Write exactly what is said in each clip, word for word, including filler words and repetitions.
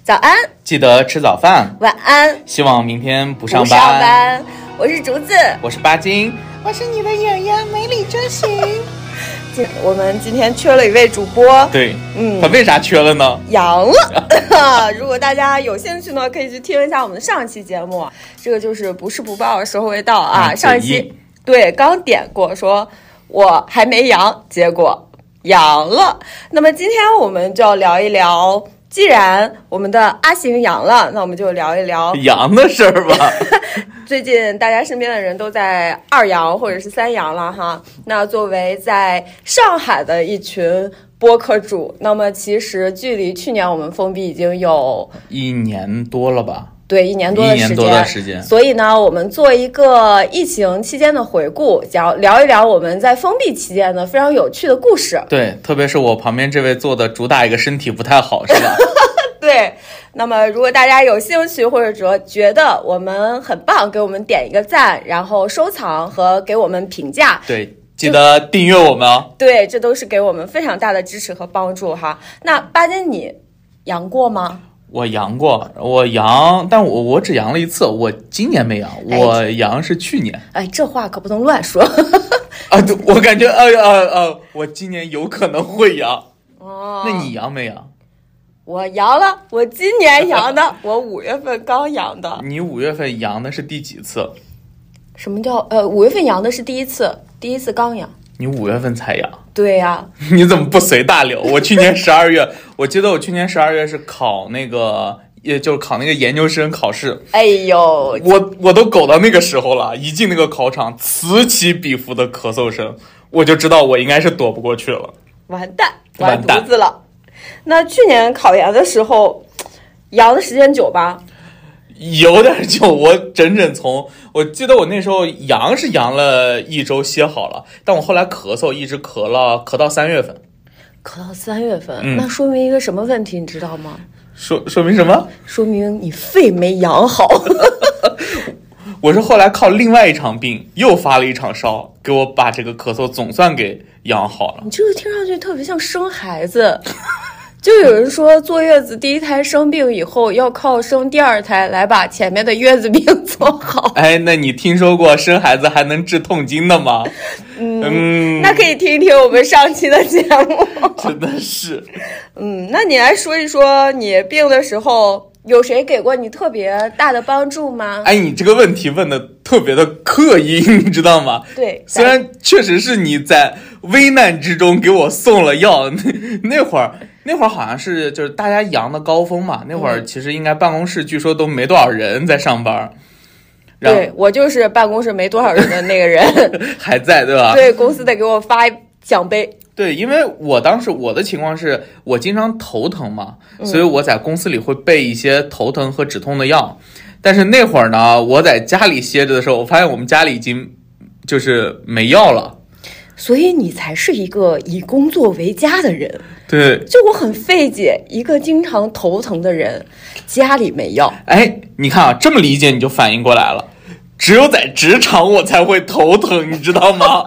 早安， 记得吃早饭， 晚安， 希望明天不上班。 不上班，我是竹子， 我是巴金， 我是你的演员梅里真行。 我们今天缺了一位主播， 对， 嗯， 他为啥缺了呢？ 阳了。如果大家有兴趣呢，可以去听一下我们的上期节目，这个就是不是不报，时候未到啊。 嗯、 上一期对刚点过，说我还没阳，结果阳了。那么今天我们就要聊一聊。既然我们的阿行阳了，那我们就聊一聊阳的事儿吧。 最近大家身边的人都在二阳或者是三阳了哈。那作为在上海的一群播客主，那么其实距离去年我们封闭已经有一年多了吧。 对，一年多的时间， 一年多的时间。 所以呢，我们做一个疫情期间的回顾，讲聊一聊我们在封闭期间的非常有趣的故事。 对，特别是我旁边这位坐的主打一个身体不太好，是吧？ 对。那么，如果大家有兴趣或者说觉得我们很棒，给我们点一个赞，然后收藏和给我们评价。 对，记得订阅我们哦。 对，这都是给我们非常大的支持和帮助哈。那巴金，你阳过吗？ 我阳过，我阳，但我我只阳了一次，我今年没阳，我阳是去年。 哎，这话可不能乱说啊！我感觉，呃呃呃，我今年有可能会阳。 哦， 那你阳没阳？ 我阳了，我今年阳的，我五月份刚阳的。 你五月份阳的是第几次？ 什么叫呃五月份阳的是第一次，第一次刚阳。 你五月份才阳？ 对呀、啊。 你怎么不随大流？我去年十二月，我记得我去年十二月是考那个，也就是考那个研究生考试。 哎呦， 我我都苟到那个时候了，一进那个考场，此起彼伏的咳嗽声，我就知道我应该是躲不过去了。 完蛋， 完犊子了。那去年考研的时候，阳的时间久吧？ 有点久，我整整从我记得我那时候阳是阳了一周歇好了，但我后来咳嗽一直咳了咳到三月份， 咳到三月份、 嗯， 那说明一个什么问题，你知道吗？ 说说明什么？ 说明你肺没养好。 我是后来靠另外一场病又发了一场烧，给我把这个咳嗽总算给养好了。 你这个听上去特别像生孩子。就有人说坐月子第一胎生病以后要靠生第二胎来把前面的月子病做好。 哎，那你听说过生孩子还能治痛经的吗？ 嗯, 嗯那可以听一听我们上期的节目。 真的是。 嗯，那你来说一说你病的时候有谁给过你特别大的帮助吗？ 哎，你这个问题问的特别的刻意，你知道吗？ 对， 虽然确实是你在危难之中给我送了药，那那会儿那会儿好像是就是大家阳的高峰嘛，那会儿其实应该办公室据说都没多少人在上班。 然后对，我就是办公室没多少人的那个人。 还在对吧？ 对，公司得给我发奖杯。 对，因为我当时我的情况是我经常头疼嘛、嗯、所以我在公司里会备一些头疼和止痛的药，但是那会儿呢我在家里歇着的时候，我发现我们家里已经就是没药了。 所以你才是一个以工作为家的人。 对， 就我很费解，一个经常头疼的人家里没药。 哎，你看啊，这么理解你就反应过来了，只有在职场我才会头疼，你知道吗？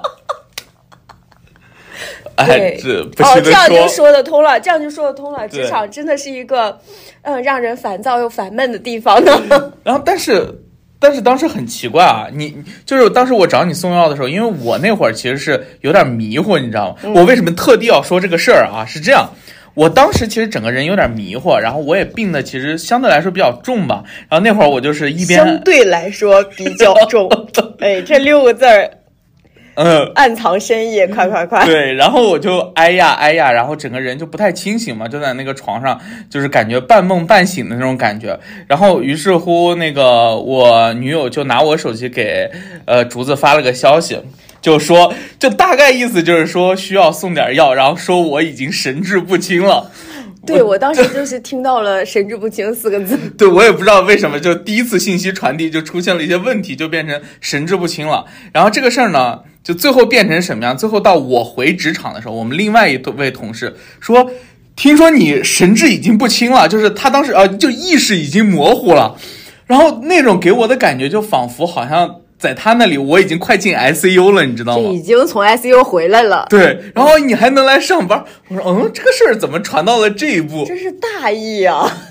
哎，这不哦，这样就说得通了，这样就说得通了。职场真的是一个，嗯，让人烦躁又烦闷的地方呢。 然后，但是，但是当时很奇怪啊，你就是当时我找你送药的时候，因为我那会儿其实是有点迷糊，你知道吗？嗯、我为什么特地要说这个事儿啊？是这样，我当时其实整个人有点迷糊，然后我也病的其实相对来说比较重吧。然后那会儿我就是一边相对来说比较重，哎，这六个字儿。 嗯， 暗藏深意，快快快！ 对，然后我就哎呀哎呀，然后整个人就不太清醒嘛，就在那个床上，就是感觉半梦半醒的那种感觉。然后于是乎，那个我女友就拿我手机给呃竹子发了个消息，就说，就大概意思就是说需要送点药，然后说我已经神志不清了。 对，我当时就是听到了神志不清四个字。 对，我也不知道为什么，就第一次信息传递就出现了一些问题，就变成神志不清了。然后这个事儿呢，就最后变成什么样？最后到我回职场的时候，我们另外一位同事说，听说你神志已经不清了，就是他当时呃就意识已经模糊了。然后那种给我的感觉就仿佛好像在他那里我已经快进 I C U 了，你知道吗？ 就已经从 I C U 回来了。 对，然后你还能来上班，我说嗯，这个事儿怎么传到了这一步？ 真是大意啊！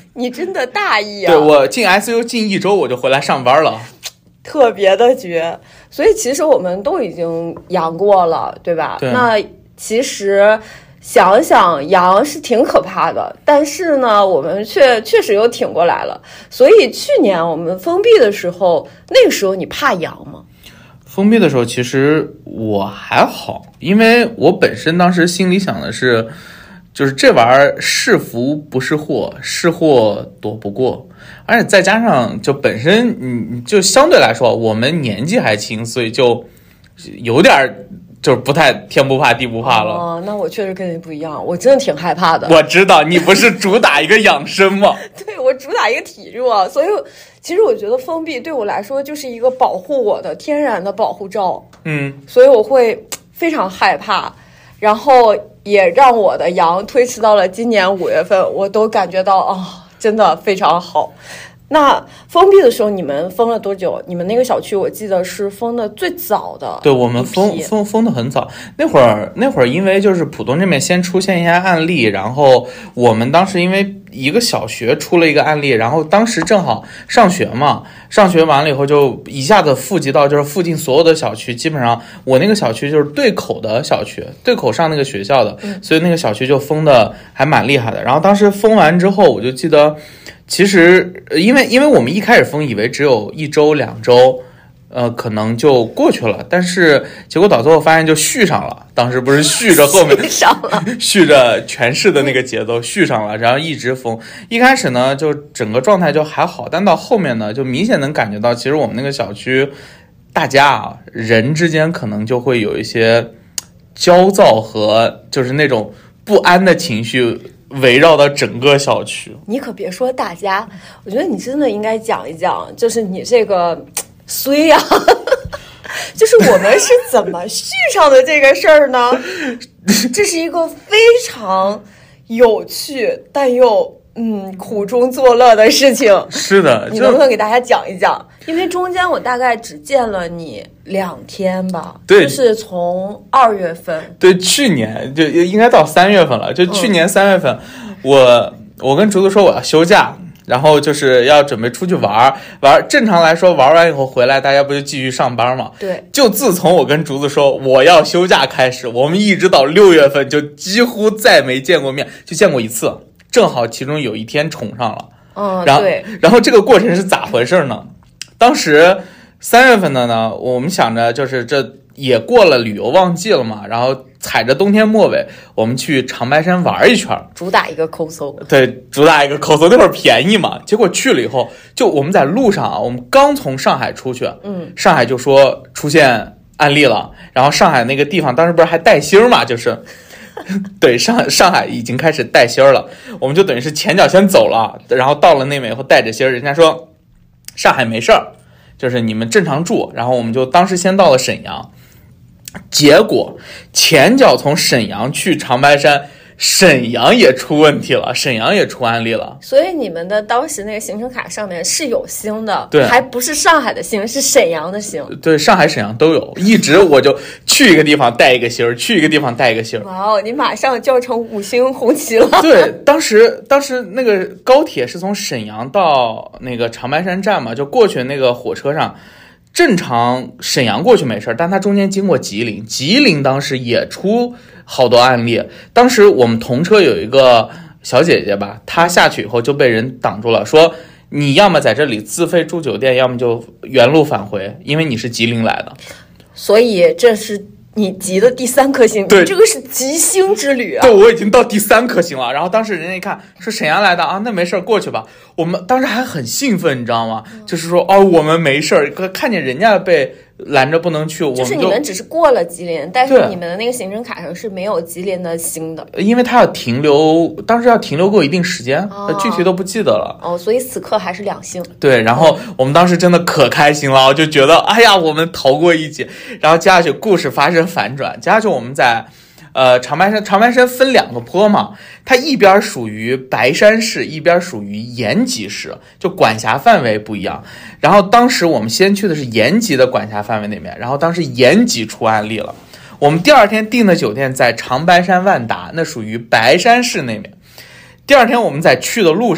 你真的大意啊！ 对，我进 I C U 进一周我就回来上班了， 特别的绝。所以其实我们都已经阳过了，对吧？ 对。 那其实想想阳是挺可怕的，但是呢，我们却确实又挺过来了。所以去年我们封闭的时候，那个时候你怕阳吗？ 封闭的时候，其实我还好，因为我本身当时心里想的是，就是这玩意儿是福不是祸，是祸躲不过，而且再加上就本身你就相对来说我们年纪还轻，所以就有点就是不太天不怕地不怕了。 哦，那我确实跟你不一样，我真的挺害怕的。 我知道你不是主打一个养生吗？ 对，我主打一个体弱，所以其实我觉得封闭对我来说就是一个保护我的天然的保护罩。 嗯， 所以我会非常害怕，然后也让我的阳推迟到了今年五月份，我都感觉到啊、哦，真的非常好。那封闭的时候你们封了多久？你们那个小区我记得是封的最早的。 对，我们封封封的很早。那会儿那会儿因为就是浦东这边先出现一些案例，然后我们当时因为一个小学出了一个案例，然后当时正好上学嘛，上学完了以后就一下子富集到就是附近所有的小区，基本上我那个小区就是对口的小区，对口上那个学校的，所以那个小区就封的还蛮厉害的。然后当时封完之后，我就记得其实因为因为我们一开始封以为只有一周两周呃，可能就过去了，但是结果到最后发现就续上了。当时不是续着后面续上了， 续着全市的那个节奏续上了，然后一直封。一开始呢，就整个状态就还好，但到后面呢，就明显能感觉到，其实我们那个小区，大家啊人之间可能就会有一些焦躁和就是那种不安的情绪围绕到整个小区。 你可别说大家，我觉得你真的应该讲一讲，就是你这个衰呀、啊，就是我们是怎么续上的这个事儿呢？这是一个非常有趣但又嗯苦中作乐的事情。 是的， 你能不能给大家讲一讲？因为中间我大概只见了你两天吧， 对， 就是从二月份， 对，去年就应该到三月份了，就去年三月份，嗯、我我跟竹子说我要休假。然后就是要准备出去玩玩，正常来说玩完以后回来，大家不就继续上班吗？ 对。 就自从我跟竹子说我要休假开始，我们一直到六月份就几乎再没见过面，就见过一次，正好其中有一天重上了。 嗯， 然后对。 然后这个过程是咋回事呢？当时三月份的呢，我们想着就是这也过了旅游旺季了嘛，然后踩着冬天末尾，我们去长白山玩一圈， 主打一个抠搜。 对，主打一个抠搜，那会儿便宜嘛。结果去了以后，就我们在路上啊，我们刚从上海出去， 嗯， 上海就说出现案例了，然后上海那个地方当时不是还带星嘛，就是对，上上海已经开始带星了，我们就等于是前脚先走了，然后到了那边以后带着星，人家说上海没事儿，就是你们正常住，然后我们就当时先到了沈阳。结果前脚从沈阳去长白山，沈阳也出问题了，沈阳也出案例了。 所以你们的当时那个行程卡上面是有星的， 对， 还不是上海的星，是沈阳的星。 对，上海、沈阳都有，一直我就去一个地方带一个星，去一个地方带一个星。 哇哦，你马上就要成五星红旗了。 对，当时当时那个高铁是从沈阳到那个长白山站嘛，就过去那个火车上。正常沈阳过去没事，但它中间经过吉林，吉林当时也出好多案例。当时我们同车有一个小姐姐吧，她下去以后就被人挡住了，说你要么在这里自费住酒店，要么就原路返回，因为你是吉林来的。 所以这是你集的第三颗星， 对， 这个是吉星之旅啊！ 对，我已经到第三颗星了。然后当时人家一看说沈阳来的啊，那没事过去吧。我们当时还很兴奋，你知道吗？嗯、就是说哦，我们没事，看见人家被拦着不能去，我们就就是你们只是过了吉林，但是你们的那个行程卡上是没有吉林的星的， 因为他要停留，当时要停留够一定时间，哦、具体都不记得了。 哦，所以此刻还是两星。 对，然后我们当时真的可开心了，我就觉得哎呀，我们逃过一劫。然后接下去故事发生反转，接下去我们在。呃，长白山，长白山分两个坡嘛，它一边属于白山市，一边属于延吉市，就管辖范围不一样。然后当时我们先去的是延吉的管辖范围那边，然后当时延吉出案例了。我们第二天订的酒店在长白山万达，那属于白山市那边。第二天我们在去的路上，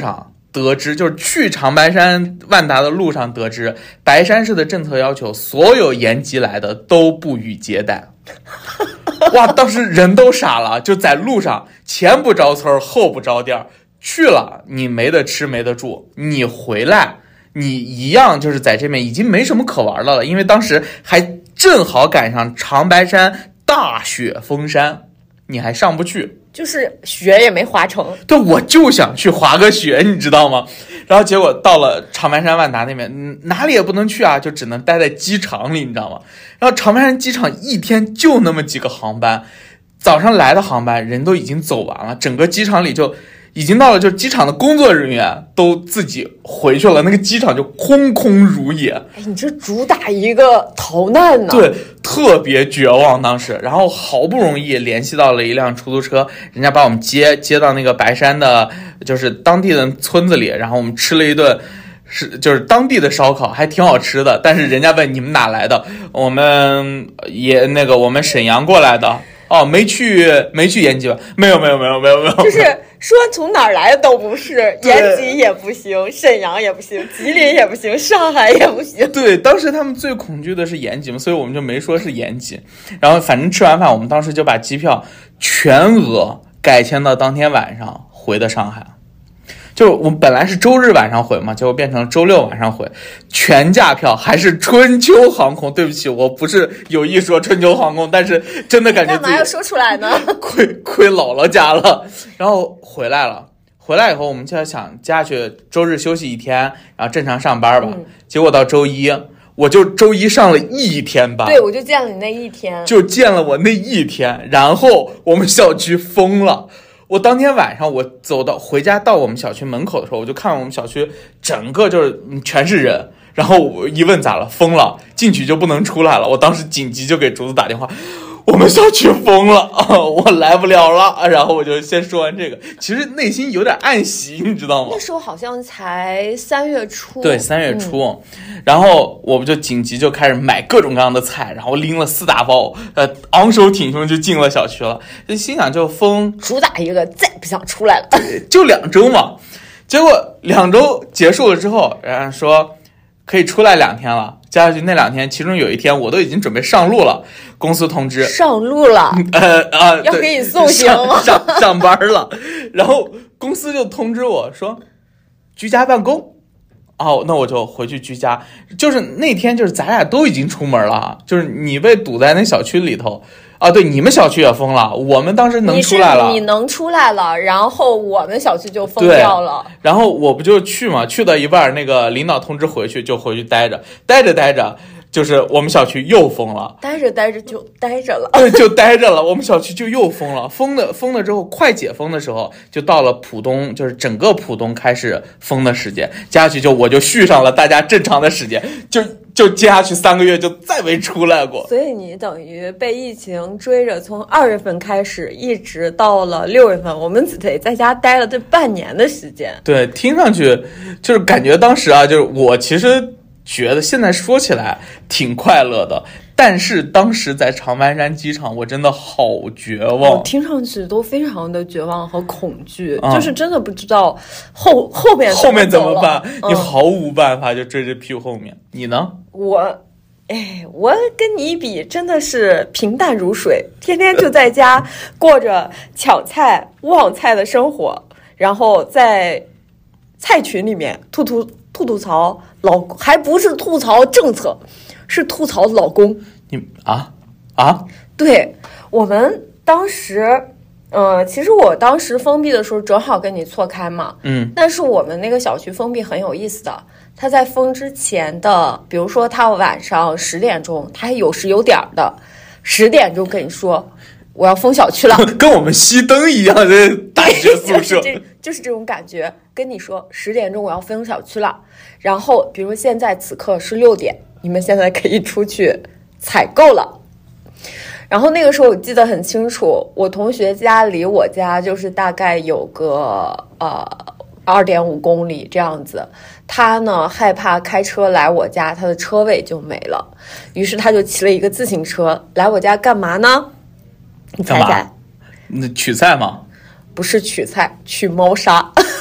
得知，就是去长白山万达的路上得知，白山市的政策要求所有延吉来的都不予接待。哇，当时人都傻了，就在路上前不着村后不着店，去了你没得吃没得住，你回来你一样就是在这边已经没什么可玩的了，因为当时还正好赶上长白山大雪封山，你还上不去， 就是雪也没滑成。 对，我就想去滑个雪，你知道吗？然后结果到了长白山万达那边，哪里也不能去啊，就只能待在机场里，你知道吗？然后长白山机场一天就那么几个航班，早上来的航班人都已经走完了，整个机场里就已经到了，就机场的工作人员都自己回去了，那个机场就空空如也。 哎，你这主打一个逃难呢？ 对，特别绝望当时。然后好不容易联系到了一辆出租车，人家把我们接接到那个白山的，就是当地的村子里，然后我们吃了一顿。是，就是当地的烧烤还挺好吃的，但是人家问你们哪来的，我们也那个我们沈阳过来的。哦，没去没去延吉吧？没有没有没有没有没有， 就是说从哪儿来的都不是，延吉也不行，沈阳也不行，吉林也不行，上海也不行。 对，当时他们最恐惧的是延吉嘛，所以我们就没说是延吉。然后反正吃完饭，我们当时就把机票全额改签到当天晚上回的上海。就我们本来是周日晚上回嘛，结果变成了周六晚上回，全价票还是春秋航空。对不起，我不是有意说春秋航空，但是真的感觉自己干嘛要说出来呢？ 亏亏姥姥家了。然后回来了，回来以后我们就要想接下去周日休息一天，然后正常上班吧。嗯、结果到周一，我就周一上了一天班。 对，我就见了你那一天， 就见了我那一天，然后我们小区封了。我当天晚上我走到回家到我们小区门口的时候，我就看我们小区整个就是全是人，然后我一问咋了，封了，进去就不能出来了。我当时紧急就给竹子打电话，我们小区封了啊，我来不了了。然后我就先说完这个，其实内心有点暗喜，你知道吗？ 那时候好像才三月初， 对，三月初、嗯，然后我们就紧急就开始买各种各样的菜，然后拎了四大包，呃，昂首挺胸就进了小区了。就心想就封， 主打一个再不想出来了， 就两周嘛。结果两周结束了之后，人家说可以出来两天了。接下去那两天，其中有一天我都已经准备上路了，公司通知上路了， 呃啊， 要给你送行了，上上, 上班了，然后公司就通知我说居家办公，哦，那我就回去居家。就是那天就是咱俩都已经出门了，就是你被堵在那小区里头。啊，对，你们小区也封了，我们当时能出来了。 你, 你能出来了，然后我们小区就封掉了。 然后我不就去嘛，去到一半，那个领导通知回去，就回去待着，待着待着，就是我们小区又封了。 待着待着就待着了， 对，就待着了，我们小区就又封了。封的封了之后，快解封的时候，就到了浦东，就是整个浦东开始封的时间。接下去就我就续上了大家正常的时间，就。就接下去三个月就再没出来过， 所以你等于被疫情追着，从二月份开始一直到了六月份，我们只得在家待了这半年的时间。 对，听上去就是感觉当时啊，就是我其实觉得现在说起来挺快乐的，但是当时在长白山机场，我真的好绝望， 我听上去都非常的绝望和恐惧，嗯、就是真的不知道后后面后面怎么办、嗯，你毫无办法，就追着屁股后面。你呢？ 我，哎，我跟你比，真的是平淡如水，天天就在家过着抢菜、旺菜的生活，然后在菜群里面吐吐吐吐槽老，还不是吐槽政策，是吐槽老公。 你啊啊！ 对，我们当时，呃，其实我当时封闭的时候正好跟你错开嘛， 嗯， 但是我们那个小区封闭很有意思的。他在封之前的，比如说他晚上十点钟，他还有时有点的，十点钟跟你说我要封小区了， 跟我们熄灯一样的大学宿舍， 就是这就是这种感觉。跟你说十点钟我要封小区了，然后比如说现在此刻是六点，你们现在可以出去采购了。然后那个时候我记得很清楚，我同学家离我家就是大概有个呃二点五公里这样子。他呢害怕开车来我家，他的车位就没了，于是他就骑了一个自行车来我家干嘛呢？你猜猜？ 那取菜吗？ 不是取菜，取猫砂。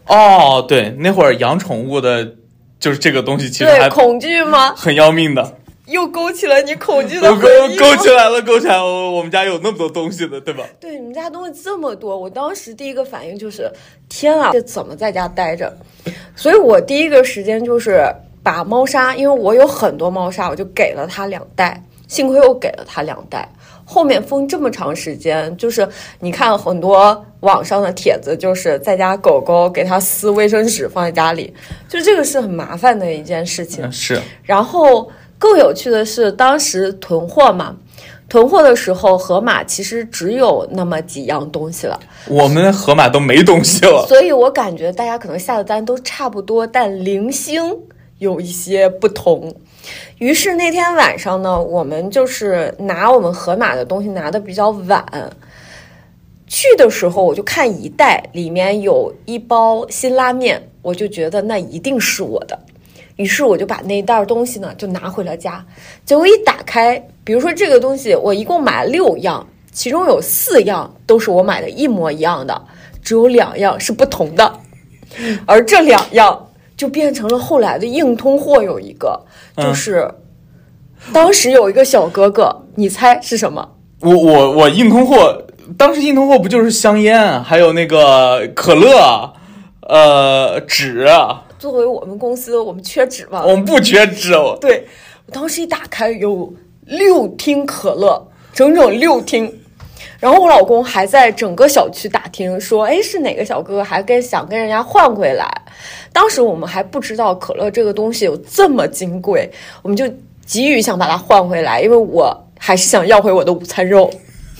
哦，对，那会儿养宠物的，就是这个东西，其实还对恐惧吗？ 很要命的。 又勾起了你恐惧的我回忆。 勾起来了，勾起来了！我们家有那么多东西的，对吧？ 对，你们家东西这么多，我当时第一个反应就是，天啊，这怎么在家待着？所以我第一个时间就是把猫砂，因为我有很多猫砂，我就给了他两袋，幸亏我给了他两袋。后面封这么长时间，就是你看很多网上的帖子，就是在家狗狗给它撕卫生纸放在家里，就这个是很麻烦的一件事情。 嗯、是。 然后更有趣的是，当时囤货嘛，囤货的时候，盒马其实只有那么几样东西了。 我们盒马都没东西了， 所以我感觉大家可能下的单都差不多，但零星有一些不同。于是那天晚上呢，我们就是拿我们盒马的东西拿的比较晚，去的时候我就看一袋里面有一包辛拉面，我就觉得那一定是我的，于是我就把那一袋东西呢就拿回了家。结果一打开，比如说这个东西我一共买了六样，其中有四样都是我买的一模一样的，只有两样是不同的，而这两样就变成了后来的硬通货。有一个就是、嗯、当时有一个小哥哥，你猜是什么？ 我我我硬通货，当时硬通货不就是香烟，还有那个可乐，呃，纸。 作为我们公司，我们缺纸吗？ 我们不缺纸。 对，我当时一打开有六听可乐，整整六听。然后我老公还在整个小区打听说，哎，是哪个小哥哥，还跟想跟人家换回来。当时我们还不知道可乐这个东西有这么金贵，我们就急于想把它换回来，因为我还是想要回我的午餐肉。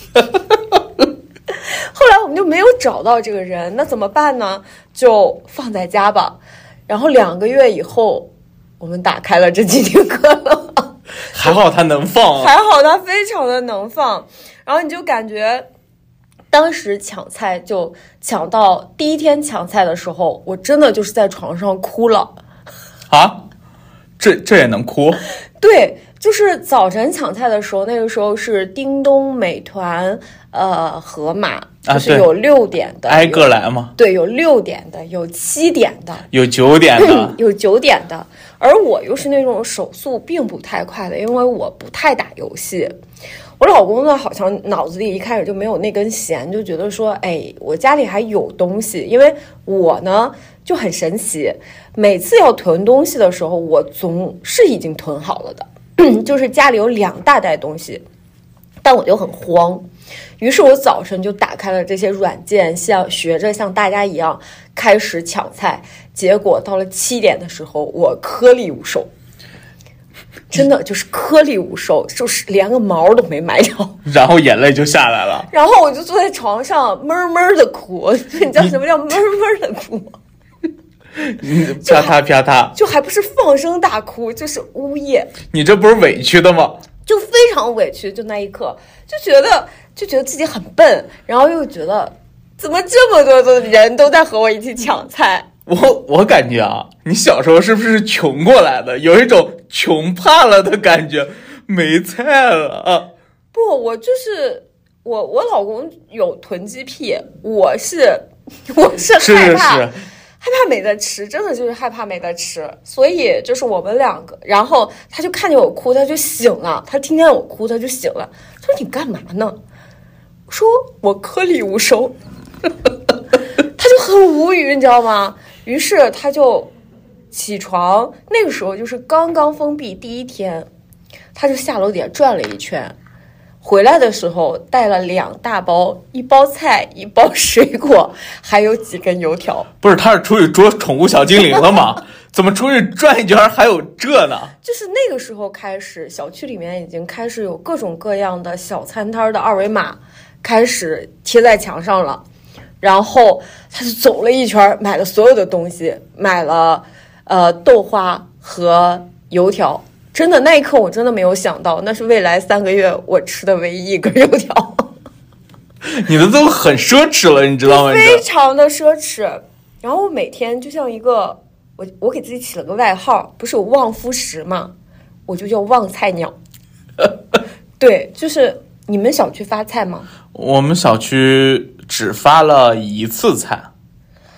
后来我们就没有找到这个人，那怎么办呢？就放在家吧。然后两个月以后，我们打开了这几听可乐， 还好它能放， 还好它非常的能放。然后你就感觉当时抢菜就抢到第一天抢菜的时候，我真的就是在床上哭了啊！这这也能哭？ 对，就是早晨抢菜的时候，那个时候是叮咚、美团、呃盒马，就是有六点的， 啊、挨个来嘛。 对，有六点的，有七点的， 有九点的， 有九点的。而我又是那种手速并不太快的，因为我不太打游戏。我老公呢，好像脑子里一开始就没有那根弦，就觉得说，哎，我家里还有东西。因为我呢就很神奇，每次要囤东西的时候，我总是已经囤好了的，就是家里有两大袋东西，但我就很慌。于是我早晨就打开了这些软件，像学着像大家一样开始抢菜。结果到了七点的时候，我颗粒无收。真的就是颗粒无收，就是连个毛都没买着， 然后眼泪就下来了， 然后我就坐在床上闷闷的哭。你知道什么叫闷闷的哭吗？ 啪嗒啪嗒， 就还不是放声大哭，就是呜咽。 你这不是委屈的吗？ 就非常委屈，就那一刻就觉得就觉得自己很笨，然后又觉得怎么这么多的人都在和我一起抢菜。 我我感觉啊，你小时候是不是穷过来的？有一种穷怕了的感觉，没菜了啊！ 不，我就是我，我老公有囤积癖，我是我是害怕， 是是是害怕没得吃，真的就是害怕没得吃。所以就是我们两个，然后他就看见我哭，他就醒了，他听见我哭，他就醒了，说你干嘛呢？我说我颗粒无收，他就很无语，你知道吗？于是他就起床，那个时候就是刚刚封闭第一天，他就下楼底下转了一圈，回来的时候带了两大包，一包菜，一包水果，还有几根油条。 不是，他是出去捉宠物小精灵了吗？怎么出去转一圈还有这呢？ 就是那个时候开始，小区里面已经开始有各种各样的小餐摊的二维码开始贴在墙上了。然后他就走了一圈，买了所有的东西，买了呃豆花和油条。真的，那一刻我真的没有想到，那是未来三个月我吃的唯一一根油条。 你的都很奢侈了，你知道吗？ 非常的奢侈。然后我每天就像一个，我我给自己起了个外号，不是有望夫石吗？我就叫旺菜鸟。对，就是你们小区发菜吗？ 我们小区只发了一次菜。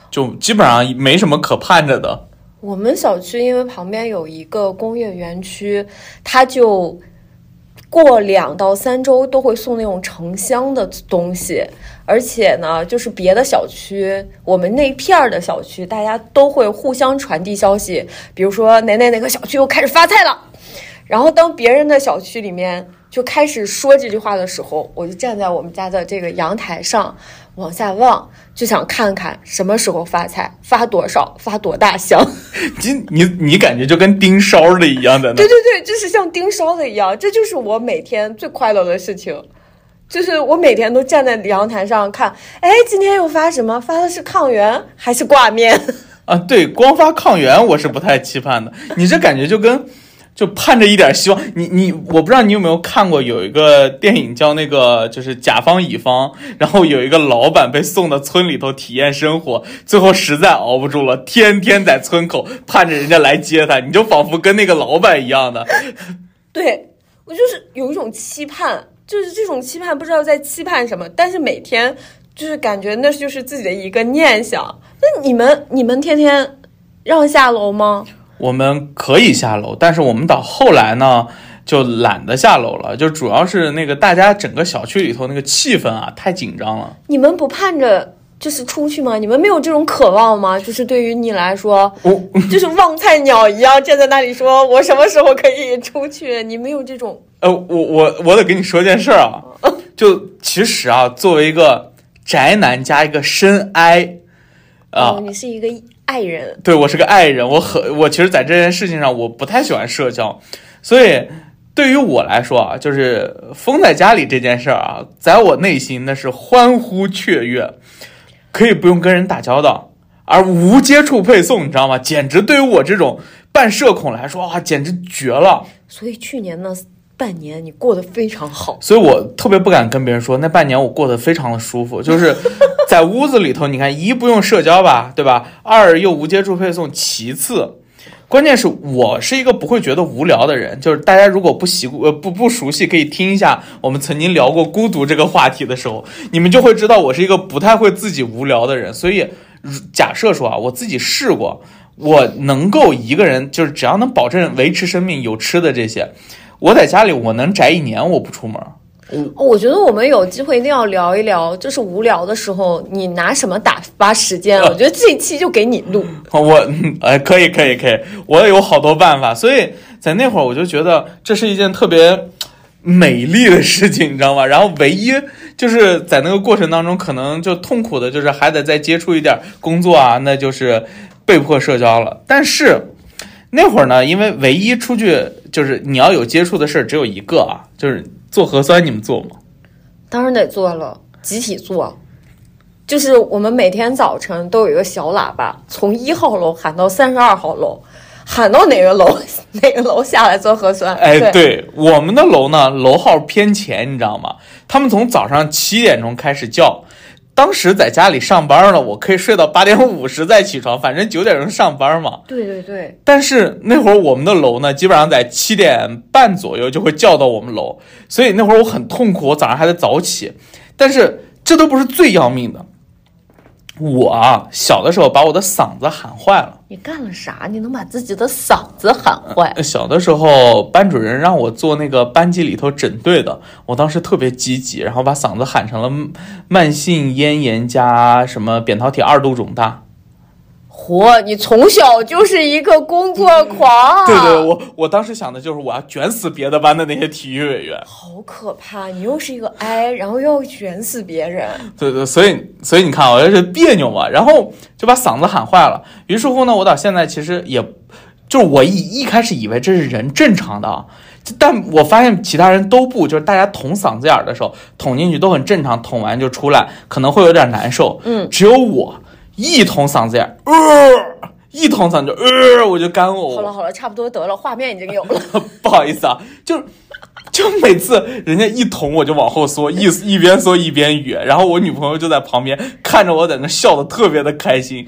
就基本上没什么可盼着的。 我们小区因为旁边有一个工业园区，它就过两到三周都会送那种成箱的东西，而且呢，就是别的小区，我们那片的小区，大家都会互相传递消息，比如说哪哪哪个小区又开始发菜了，然后当别人的小区里面就开始说这句话的时候，我就站在我们家的这个阳台上往下望，就想看看什么时候发菜，发多少，发多大箱。 你你你感觉就跟盯梢的一样的呢？ 对对对，就是像盯梢的一样，这就是我每天最快乐的事情。就是我每天都站在阳台上看，哎，今天又发什么？发的是抗原还是挂面？ 啊，对，光发抗原我是不太期盼的。你这感觉就跟就盼着一点希望。你你我不知道你有没有看过有一个电影叫那个就是甲方乙方，然后有一个老板被送到村里头体验生活，最后实在熬不住了，天天在村口盼着人家来接他，你就仿佛跟那个老板一样的。 对，我就是有一种期盼，就是这种期盼不知道在期盼什么，但是每天就是感觉那就是自己的一个念想。那你们你们天天让下楼吗？ 我们可以下楼，但是我们到后来呢就懒得下楼了，就主要是那个大家整个小区里头那个气氛啊太紧张了。 你们不盼着就是出去吗？你们没有这种渴望吗？就是对于你来说，就是望菜鸟一样站在那里说我什么时候可以出去，你没有这种呃，我我我得跟你说件事啊，就其实啊，作为一个宅男加一个深 I 啊、 哦，你是一个爱人。 对，我是个爱人，我很我其实在这件事情上我不太喜欢社交，所以对于我来说啊，就是封在家里这件事啊，在我内心那是欢呼雀跃，可以不用跟人打交道，而无接触配送，你知道吗？简直对于我这种半社恐来说啊，简直绝了。 所以去年呢半年你过得非常好， 所以我特别不敢跟别人说那半年我过得非常的舒服，就是在屋子里头，你看一不用社交吧，对吧？二又无接触配送，其次关键是我是一个不会觉得无聊的人，就是大家如果不习呃不不熟悉，可以听一下我们曾经聊过孤独这个话题的时候，你们就会知道我是一个不太会自己无聊的人。所以假设说啊，我自己试过，我能够一个人，就是只要能保证维持生命有吃的这些，我在家里我能宅一年，我不出门。 我我觉得我们有机会一定要聊一聊，就是无聊的时候你拿什么打发时间。我觉得这一期就给你录。 我哎，可以可以可以，我有好多办法。所以在那会儿我就觉得这是一件特别美丽的事情，你知道吗？然后唯一就是在那个过程当中可能就痛苦的就是还得再接触一点工作啊，那就是被迫社交了。但是那会儿呢，因为唯一出去就是你要有接触的事只有一个啊，就是做核酸。你们做吗？ 当然得做了，集体做。就是我们每天早晨都有一个小喇叭，从一号楼喊到三十二号楼，喊到哪个楼哪个楼下来做核酸。 哎，对，对，我们的楼呢楼号偏前，你知道吗？他们从早上七点钟开始叫。当时在家里上班了，我可以睡到八点五十再起床，反正九点钟上班嘛。 对对对。 但是那会儿我们的楼呢，基本上在七点半左右就会叫到我们楼，所以那会儿我很痛苦，我早上还得早起。但是这都不是最要命的，我啊小的时候把我的嗓子喊坏了。 你干了啥？你能把自己的嗓子喊坏？ 小的时候班主任让我做那个班级里头整队的，我当时特别积极，然后把嗓子喊成了慢性咽炎加什么扁桃体二度肿大。 嚯，你从小就是一个工作狂。 对对，我我当时想的就是我要卷死别的班的那些体育委员。 好可怕，你又是一个 I， 然后又要卷死别人。 对对，所以所以你看我就是别扭嘛，然后就把嗓子喊坏了。于是乎呢，我到现在其实也就是我一一开始以为这是人正常的，但我发现其他人都不，就是大家捅嗓子眼的时候捅进去都很正常，捅完就出来，可能会有点难受。 嗯， 只有我一捅嗓子眼，呃，一捅嗓子就呃，我就干呕。 好了好了，差不多得了，画面已经有了。 不好意思啊，就就每次人家一捅我就往后缩，一一边缩一边哕，然后我女朋友就在旁边看着我在那笑得特别的开心。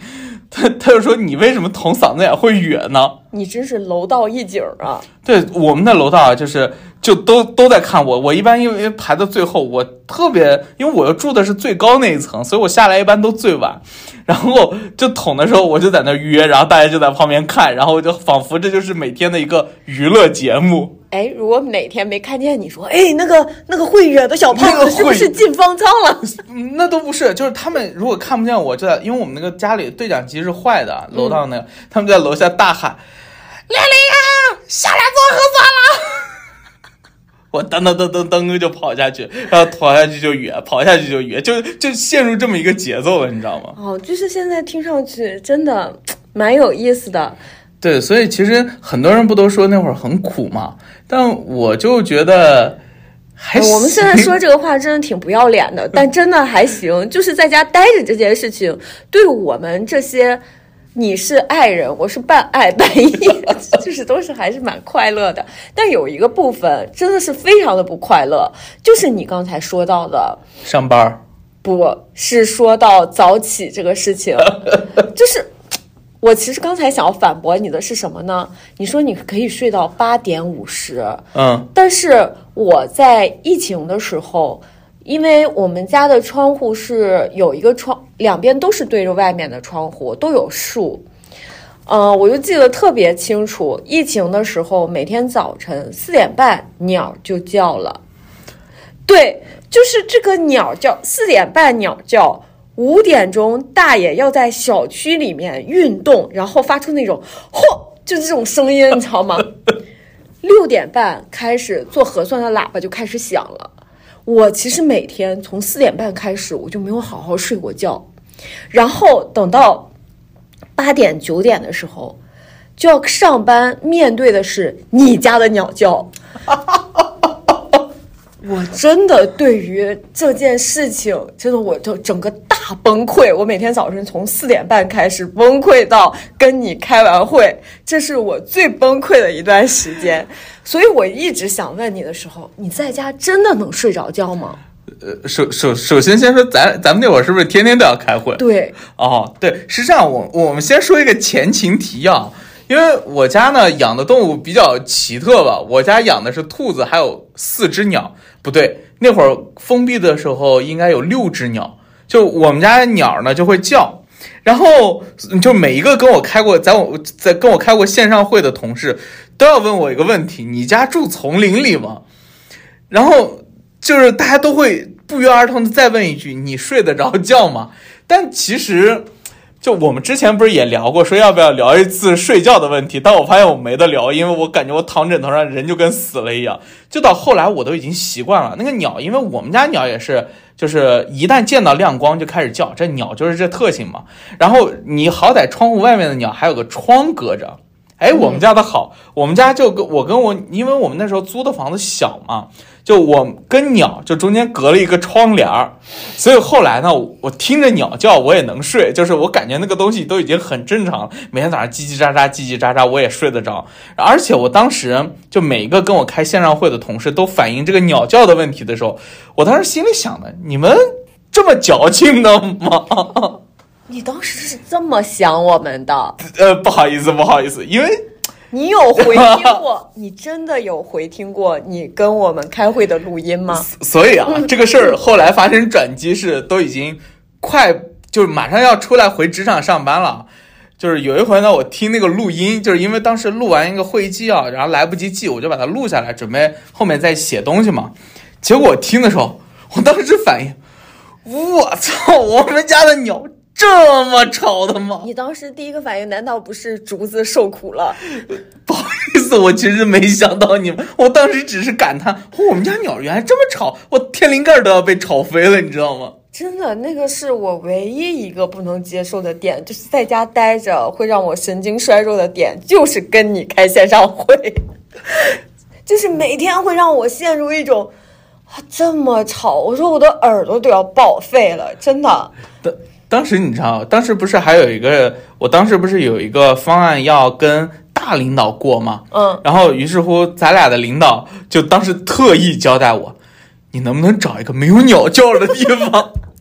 他他就说你为什么捅嗓子眼会哕呢？ 你真是楼道一景啊！ 对，我们的楼道啊，就是就都都在看我。我一般因为排到最后，我特别因为我又住的是最高那一层，所以我下来一般都最晚。然后就捅的时候，我就在那约，然后大家就在旁边看，然后就仿佛这就是每天的一个娱乐节目。 哎，如果哪天没看见你说，哎，那个那个会哕的小胖子是不是进方舱了？ 嗯，那都不是，就是他们如果看不见我，就在因为我们那个家里对讲机是坏的，楼道那个，嗯、他们在楼下大喊：“玲玲啊，下来做核酸了！”我噔噔噔噔噔就跑下去，然后跑下去就哕，跑下去就哕，就就陷入这么一个节奏了，你知道吗？ 哦，就是现在听上去真的蛮有意思的。 对，所以其实很多人不都说那会儿很苦嘛，但我就觉得还行。 我们现在说这个话真的挺不要脸的，但真的还行。就是在家待着这件事情，对我们这些你是爱人，我是半爱半义，就是都是还是蛮快乐的。但有一个部分真的是非常的不快乐，就是你刚才说到的上班， 不是说到早起这个事情，就是。我其实刚才想要反驳你的是什么呢？你说你可以睡到八点五十， 嗯， 但是我在疫情的时候，因为我们家的窗户是有一个窗，两边都是对着外面的窗户，都有树。呃，我就记得特别清楚，疫情的时候，每天早晨四点半鸟就叫了，对，就是这个鸟叫，四点半鸟叫。五点钟，大爷要在小区里面运动，然后发出那种“嚯”，就这种声音，你知道吗？六点半开始做核酸的喇叭就开始响了。我其实每天从四点半开始，我就没有好好睡过觉，然后等到八点九点的时候就要上班，面对的是你家的鸟叫。我真的对于这件事情，真的我就整个大崩溃。我每天早晨从四点半开始崩溃到跟你开完会，这是我最崩溃的一段时间。所以我一直想问你的时候，你在家真的能睡着觉吗？ 呃，首首首先先说咱咱们那会儿是不是天天都要开会？ 对， 哦，对，是这样，我我们先说一个前情提要。因为我家呢养的动物比较奇特吧，我家养的是兔子，还有四只鸟，不对，那会儿封闭的时候应该有六只鸟，就我们家鸟呢就会叫，然后就每一个跟我开过在我在跟我开过线上会的同事都要问我一个问题：你家住丛林里吗？然后就是大家都会不约而同的再问一句：你睡得着觉吗？但其实。就我们之前不是也聊过，说要不要聊一次睡觉的问题，但我发现我没得聊，因为我感觉我躺枕头上人就跟死了一样。就到后来我都已经习惯了那个鸟，因为我们家鸟也是，就是一旦见到亮光就开始叫，这鸟就是这特性嘛。然后你好歹窗户外面的鸟还有个窗隔着，哎，我们家的好，我们家就跟我跟我，因为我们那时候租的房子小嘛，就我跟鸟就中间隔了一个窗帘儿，所以后来呢，我听着鸟叫我也能睡，就是我感觉那个东西都已经很正常了，每天早上叽叽喳喳叽叽喳喳我也睡得着。而且我当时就每一个跟我开线上会的同事都反映这个鸟叫的问题的时候，我当时心里想的，你们这么矫情的吗？ 你当时是这么想我们的？ 呃，不好意思，不好意思，因为你有回听过，你真的有回听过你跟我们开会的录音吗？ 所以啊，这个事儿后来发生转机是都已经快，就是马上要出来回职场上班了。就是有一回呢，我听那个录音，就是因为当时录完一个会议纪要，然后来不及记，我就把它录下来，准备后面再写东西嘛。结果我听的时候，我当时反应，我操，我们家的鸟这么吵的吗？ 你当时第一个反应难道不是竹子受苦了？ 不好意思，我其实没想到你们，我当时只是感叹、哦、我们家鸟原来这么吵，我天灵盖都要被吵飞了，你知道吗？ 真的，那个是我唯一一个不能接受的点，就是在家待着会让我神经衰弱的点，就是跟你开线上会，就是每天会让我陷入一种啊这么吵，我说我的耳朵都要报废了，真的。 当时你知道，当时不是还有一个，我当时不是有一个方案要跟大领导过吗？ 嗯， 然后于是乎咱俩的领导就当时特意交代我，你能不能找一个没有鸟叫的地方？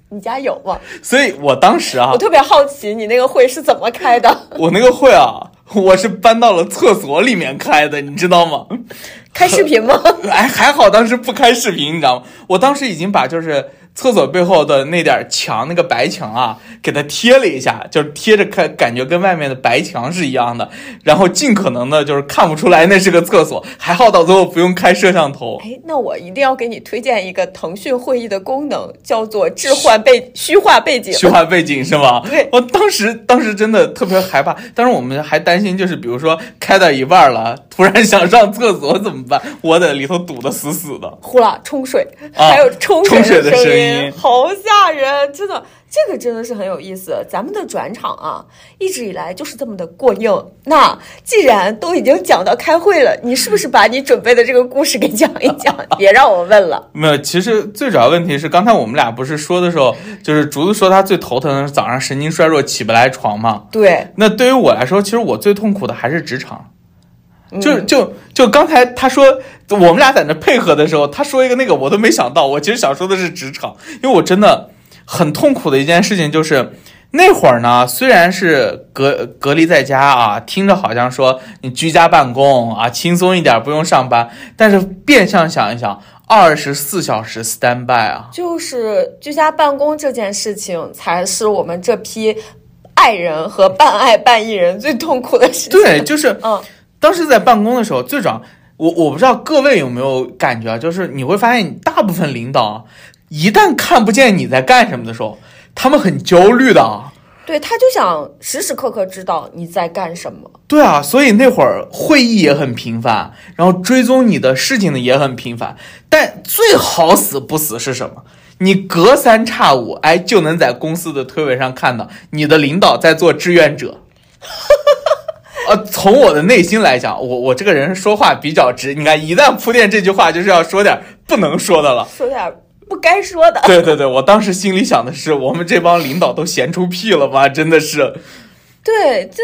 你家有吗？ 所以我当时啊， 我特别好奇你那个会是怎么开的。 我那个会啊，我是搬到了厕所里面开的，你知道吗？ 开视频吗？ 哎，还好当时不开视频，你知道吗？我当时已经把就是厕所背后的那点墙，那个白墙啊，给它贴了一下，就是贴着看，感觉跟外面的白墙是一样的，然后尽可能的就是看不出来那是个厕所，还好到最后不用开摄像头。 哎，那我一定要给你推荐一个腾讯会议的功能，叫做置换背虚化背景。 虚化背景是吗？ 对， 我当时当时真的特别害怕，当时我们还担心，就是比如说开到一半了，突然想上厕所怎么办？我在里头堵得死死的， 呼啦冲水， 啊、 还有冲冲水的声音，好吓人，真的。这个真的是很有意思，咱们的转场啊，一直以来就是这么的过硬。那既然都已经讲到开会了，你是不是把你准备的这个故事给讲一讲？别让我问了。 没有，其实最主要问题是，刚才我们俩不是说的时候，就是竹子说他最头疼的是早上神经衰弱起不来床嘛。 对。 那对于我来说，其实我最痛苦的还是职场。就就就刚才他说我们俩在那配合的时候，他说一个那个我都没想到，我其实想说的是职场，因为我真的很痛苦的一件事情就是那会儿呢，虽然是隔隔离在家啊，听着好像说你居家办公啊，轻松一点不用上班，但是变相想一想，二十四小时 stand by 啊， 就是居家办公这件事情才是我们这批爱人和半爱半艺人最痛苦的事情。 对，就是嗯。 当时在办公的时候，最主要，我我不知道各位有没有感觉啊，就是你会发现，你大部分领导啊，一旦看不见你在干什么的时候，他们很焦虑的啊。 对，他就想时时刻刻知道你在干什么。 对啊，所以那会儿会议也很频繁，然后追踪你的事情呢也很频繁。但最好死不死是什么？你隔三差五，哎，就能在公司的推文上看到你的领导在做志愿者。呃，从我的内心来讲，我我这个人说话比较直。你看，一旦铺垫这句话，就是要说点不能说的了， 说点不该说的。 对对对，我当时心里想的是，我们这帮领导都闲出屁了吗？真的是。 对，就是，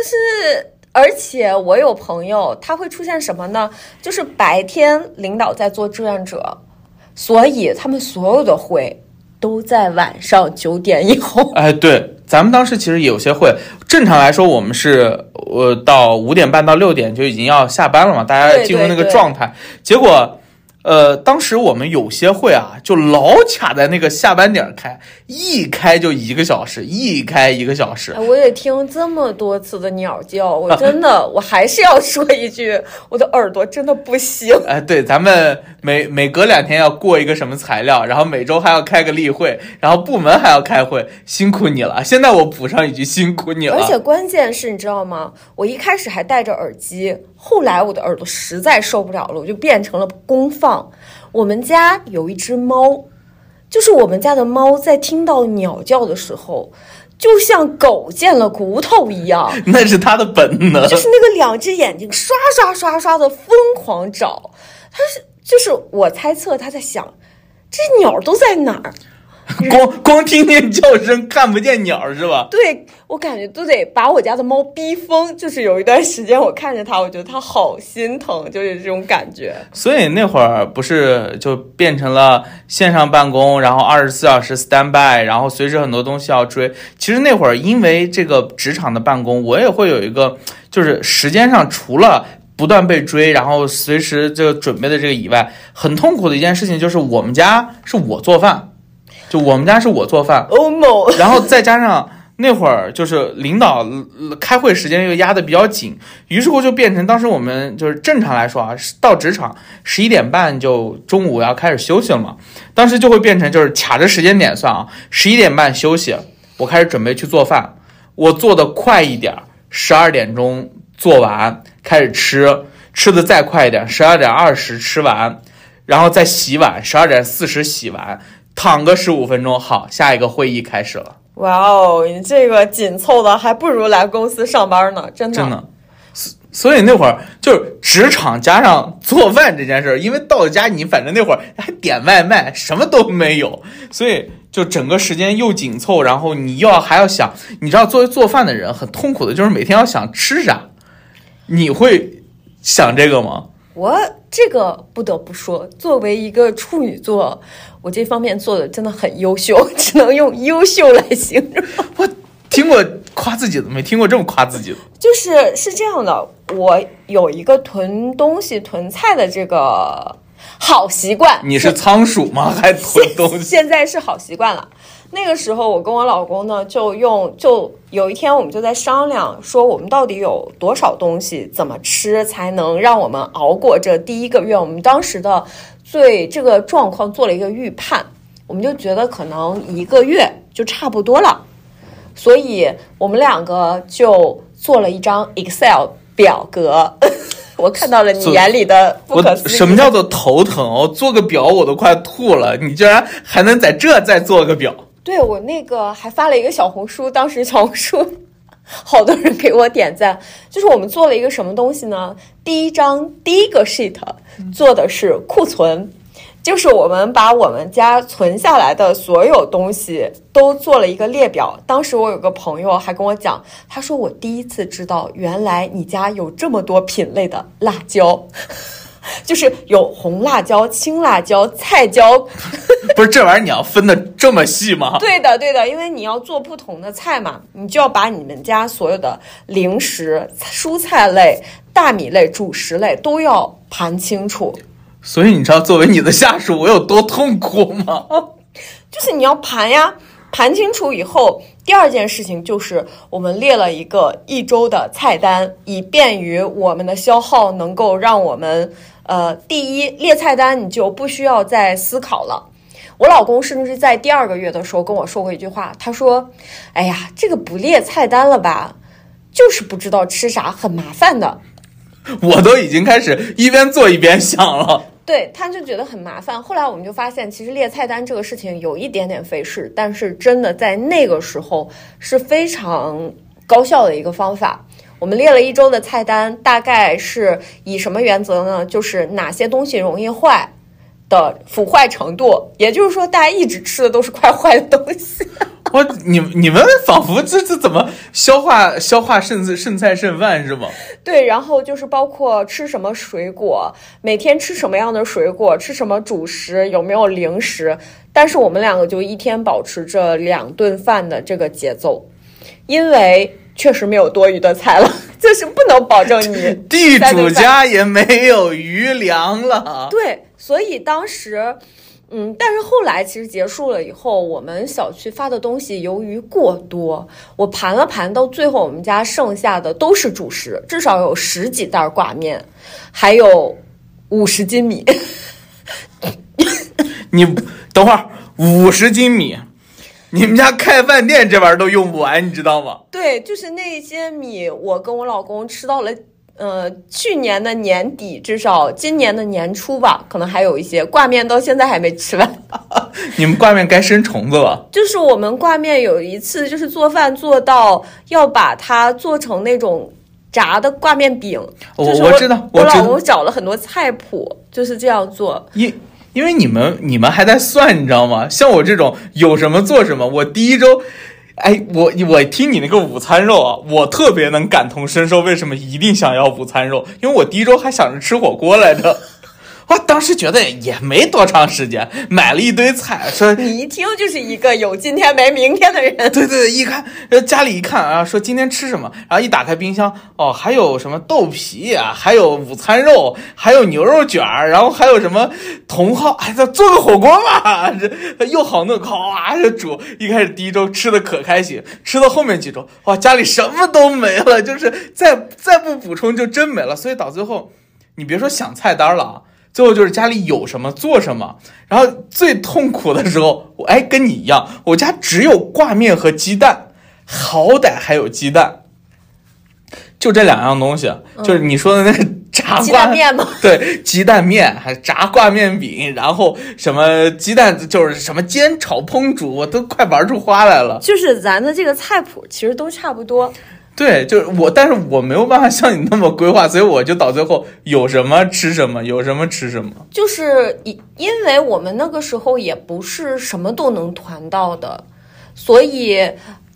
而且我有朋友，他会出现什么呢？就是白天领导在做志愿者，所以他们所有的会都在晚上九点以后。 哎，对。咱们当时其实有些会，正常来说我们是呃到五点半到六点就已经要下班了嘛，大家进入那个状态。结果呃当时我们有些会啊，就老卡在那个下班点开，一开就一个小时，一开一个小时。 哎，我也听这么多次的鸟叫，我真的我还是要说一句，我的耳朵真的不行。 哎，对，咱们每每隔两天要过一个什么材料，然后每周还要开个例会，然后部门还要开会，辛苦你了。现在我补上一句，辛苦你了。 而且关键是你知道吗？我一开始还戴着耳机，后来我的耳朵实在受不了了，我就变成了功放。我们家有一只猫，就是我们家的猫在听到鸟叫的时候，就像狗见了骨头一样， 那是它的本能， 就是那个两只眼睛刷刷刷刷的疯狂找。它是就是我猜测它在想，这鸟都在哪儿？ 光光听见叫声看不见鸟是吧？ 对，我感觉都得把我家的猫逼疯。就是有一段时间我看着它，我觉得它好心疼，就是这种感觉。 所以那会儿不是就变成了线上办公，然后二十四小时 stand by， 然后随时很多东西要追。其实那会儿因为这个职场的办公，我也会有一个就是时间上除了不断被追，然后随时这个准备的这个以外，很痛苦的一件事情就是我们家是我做饭。就我们家是我做饭， 欧某， 然后再加上那会儿就是领导开会时间又压得比较紧，于是乎就变成当时我们就是正常来说啊，到职场十一点半就中午要开始休息了嘛，当时就会变成就是卡着时间点算啊，十一点半休息，我开始准备去做饭，我做的快一点，十二点钟做完开始吃，吃的再快一点，十二点二十吃完，然后再洗碗，十二点四十洗完。躺个十五分钟，好，下一个会议开始了。 哇哦，你这个紧凑的还不如来公司上班呢，真的。 真的。所以那会儿就是职场加上做饭这件事，因为到了家你反正那会儿还点外卖，什么都没有，所以就整个时间又紧凑，然后你又要还要想，你知道作为做饭的人很痛苦的就是每天要想吃啥，你会想这个吗？ 我这个不得不说，作为一个处女座，我这方面做的真的很优秀，只能用优秀来形容。 我听过夸自己的，没听过这么夸自己的。 就是是这样的，我有一个囤东西、囤菜的这个好习惯。 你是仓鼠吗？还囤东西？ 现在是好习惯了。那个时候我跟我老公呢，就用就有一天我们就在商量说，我们到底有多少东西，怎么吃才能让我们熬过这第一个月。我们当时的对这个状况做了一个预判，我们就觉得可能一个月就差不多了，所以我们两个就做了一张 Excel 表格。我看到了你眼里的不可思议。 什么叫做头疼？我做个表我都快吐了，你居然还能在这再做个表？ 对，我那个还发了一个小红书，当时小红书好多人给我点赞。就是我们做了一个什么东西呢？第一张第一个 sheet 做的是库存，就是我们把我们家存下来的所有东西都做了一个列表。当时我有个朋友还跟我讲，他说我第一次知道原来你家有这么多品类的辣椒。就是有红辣椒、青辣椒、菜椒。 不是这玩意儿你要分的这么细吗？ 对的对的，因为你要做不同的菜嘛，你就要把你们家所有的零食、蔬菜类、大米类、主食类都要盘清楚。 所以你知道作为你的下属我有多痛苦吗？ 就是你要盘呀，盘清楚以后，第二件事情就是我们列了一个一周的菜单，以便于我们的消耗能够让我们呃，第一列菜单你就不需要再思考了。我老公甚至在第二个月的时候跟我说过一句话，他说哎呀，这个不列菜单了吧，就是不知道吃啥，很麻烦的。 我都已经开始一边做一边想了。 对，他就觉得很麻烦。后来我们就发现，其实列菜单这个事情有一点点费事，但是真的在那个时候是非常高效的一个方法。我们列了一周的菜单，大概是以什么原则呢？就是哪些东西容易坏的腐坏程度，也就是说大家一直吃的都是快坏的东西。 我你你们仿佛这这怎么消化消化剩剩菜剩饭是吗？ 对，然后就是包括吃什么水果，每天吃什么样的水果，吃什么主食，有没有零食。但是我们两个就一天保持着两顿饭的这个节奏，因为确实没有多余的菜了，就是不能保证你地主家也没有余粮了。 对，所以当时嗯，但是后来其实结束了以后，我们小区发的东西由于过多，我盘了盘，到最后我们家剩下的都是主食，至少有十几袋挂面，还有五十斤米。 你等会儿，五十斤米，你们家开饭店这玩意儿都用不完，你知道吗？ 对，就是那些米，我跟我老公吃到了。呃，去年的年底，至少今年的年初吧，可能还有一些挂面到现在还没吃完。 你们挂面该生虫子了。 就是我们挂面有一次就是做饭做到要把它做成那种炸的挂面饼。 我、 就是、 我知道， 我老公找了很多菜谱，就是这样做。 因因为你们你们还在算，你知道吗？像我这种有什么做什么，我第一周。哎，我我听你那个午餐肉啊，我特别能感同身受。为什么一定想要午餐肉？因为我第一周还想着吃火锅来着。我当时觉得也没多长时间，买了一堆菜，说你一听就是一个有今天没明天的人。 对对对，一看家里一看啊，说今天吃什么，然后一打开冰箱，哦，还有什么豆皮啊，还有午餐肉，还有牛肉卷，然后还有什么茼蒿，哎，做个火锅吧，这又好弄，哗就煮。一开始第一周吃的可开心，吃到后面几周，哇，家里什么都没了，就是再再不补充就真没了，所以到最后，你别说想菜单了啊。最后就是家里有什么做什么，然后最痛苦的时候，我哎跟你一样，我家只有挂面和鸡蛋，好歹还有鸡蛋，就这两样东西，嗯、就是你说的那个炸挂鸡蛋面吗？ 对，鸡蛋面还炸挂面饼，然后什么鸡蛋就是什么煎炒烹煮，我都快玩出花来了。 就是咱的这个菜谱其实都差不多。 对，就是我，但是我没有办法像你那么规划，所以我就到最后有什么吃什么，有什么吃什么。 就是因为我们那个时候也不是什么都能团到的，所以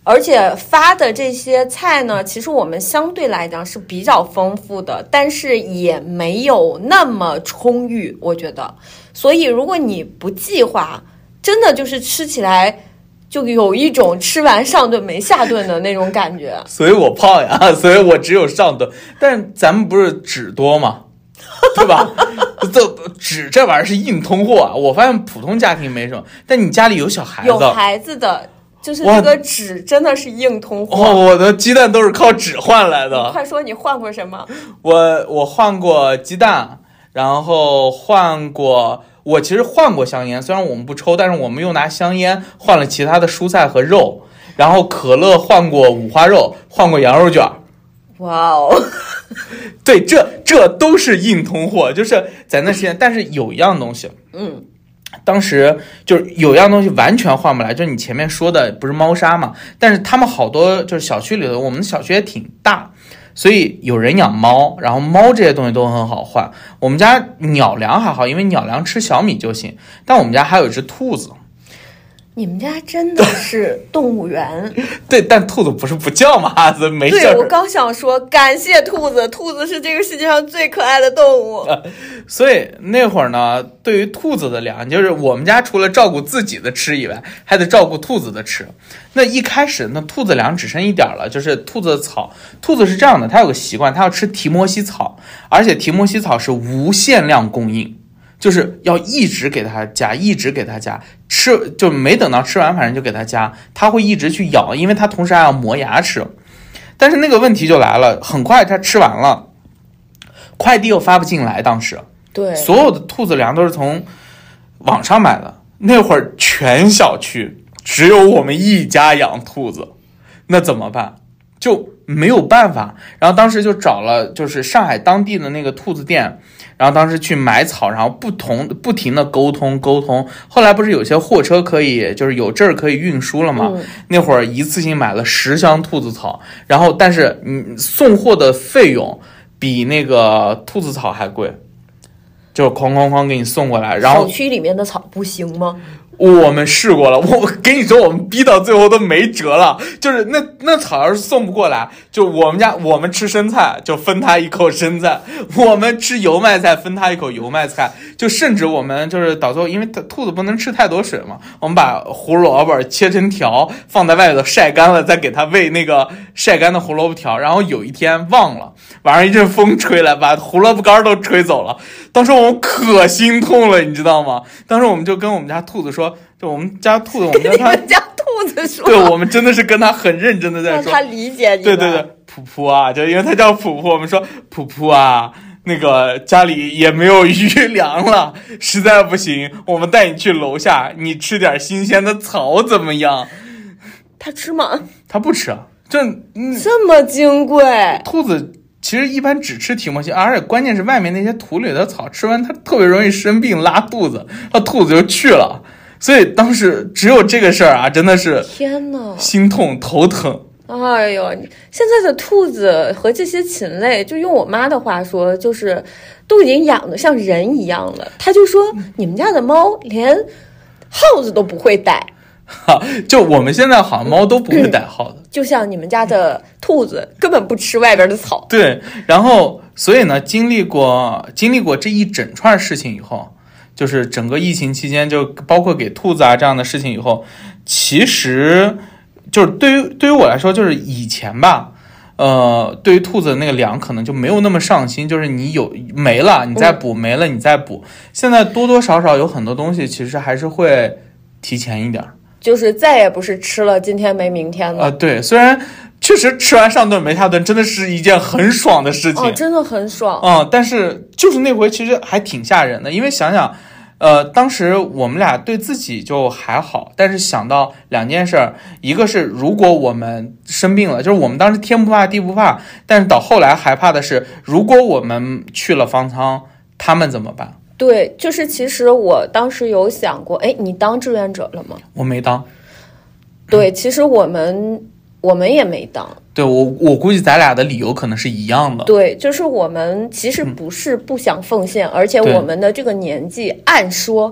而且发的这些菜呢，其实我们相对来讲是比较丰富的，但是也没有那么充裕，我觉得。所以如果你不计划，真的就是吃起来就有一种吃完上顿没下顿的那种感觉。 所以我胖呀，所以我只有上顿。但咱们不是纸多吗？对吧？这纸这玩意儿是硬通货啊！我发现普通家庭没什么，但你家里有小孩子， 有孩子的。就是这个纸真的是硬通货。 哦，我的鸡蛋都是靠纸换来的。 你快说你换过什么？ 我我换过鸡蛋，然后换过，我其实换过香烟，虽然我们不抽，但是我们又拿香烟换了其他的蔬菜和肉。然后可乐换过五花肉，换过羊肉卷。 哇哦！ 对，这这都是硬通货，就是在那时间。但是有一样东西， 嗯。 当时就是有样东西完全换不来，就是你前面说的不是猫砂嘛？但是他们好多就是小区里头，我们的小区也挺大，所以有人养猫，然后猫这些东西都很好换。我们家鸟粮还好，因为鸟粮吃小米就行，但我们家还有一只兔子。 你们家真的是动物园。 对，但兔子不是不叫嘛，所以没事。 对，我刚想说感谢兔子，兔子是这个世界上最可爱的动物。 呃、所以那会儿呢，对于兔子的粮，就是我们家除了照顾自己的吃以外，还得照顾兔子的吃。那一开始那兔子粮只剩一点了，就是兔子的草。兔子是这样的，它有个习惯，它要吃提摩西草，而且提摩西草是无限量供应。就是要一直给它加，一直给它加，吃就没等到吃完，反正就给它加，它会一直去咬，因为它同时还要磨牙吃。但是那个问题就来了，很快它吃完了，快递又发不进来，当时对， 所有的兔子粮都是从网上买的，那会儿全小区只有我们一家养兔子，那怎么办？就没有办法，然后当时就找了就是上海当地的那个兔子店，然后当时去买草，然后不同不停的沟通沟通，后来不是有些货车可以就是有证可以运输了吗？ 嗯、 那会儿一次性买了十箱兔子草，然后但是你送货的费用比那个兔子草还贵，就哐哐哐给你送过来，然后小区里面的草不行吗？ 我们试过了，我跟你说，我们逼到最后都没辙了。就是那那草要是送不过来，就我们家我们吃生菜就分他一口生菜，我们吃油麦菜分他一口油麦菜，就甚至我们就是到最后，因为兔子不能吃太多水嘛，我们把胡萝卜切成条放在外头晒干了，再给它喂那个晒干的胡萝卜条。然后有一天忘了，晚上一阵风吹来，把胡萝卜干都吹走了。当时我们可心痛了，你知道吗？当时我们就跟我们家兔子说。就我们家兔子，我们家它， 你们家兔子说， 对，我们真的是跟他很认真的在说， 让他理解你。 对对对，普普啊，就因为他叫普普，我们说普普啊，那个家里也没有余粮了，实在不行，我们带你去楼下，你吃点新鲜的草怎么样？ 他吃吗？ 他不吃，这、 嗯、这么金贵， 兔子。其实一般只吃提摩西，而且关键是外面那些土里的草，吃完它特别容易生病拉肚子，那兔子就去了。所以当时只有这个事儿啊，真的是天哪， 心痛头疼。 哎呦，现在的兔子和这些禽类，就用我妈的话说，就是都已经养得像人一样了。她就说，你们家的猫连耗子都不会逮。 就我们现在好像猫都不会逮耗子、嗯， 就像你们家的兔子根本不吃外边的草。 对，然后所以呢，经历过经历过这一整串事情以后，就是整个疫情期间，就包括给兔子啊这样的事情以后，其实就是对于对于我来说，就是以前吧，呃，对于兔子的那个粮可能就没有那么上心，就是你有没了你再补，没了你再补。现在多多少少有很多东西其实还是会提前一点。 就是再也不是吃了今天没明天了。 呃，对，虽然确实吃完上顿没下顿真的是一件很爽的事情。 哦，真的很爽。 嗯，但是就是那回其实还挺吓人的，因为想想，呃，当时我们俩对自己就还好，但是想到两件事，一个是如果我们生病了，就是我们当时天不怕地不怕，但是到后来害怕的是，如果我们去了方舱，他们怎么办？ 对，就是其实我当时有想过，哎，你当志愿者了吗？ 我没当。 对，其实我们我们也没当。 对，我我估计咱俩的理由可能是一样的。 对，就是我们其实不是不想奉献，嗯、而且我们的这个年纪，按说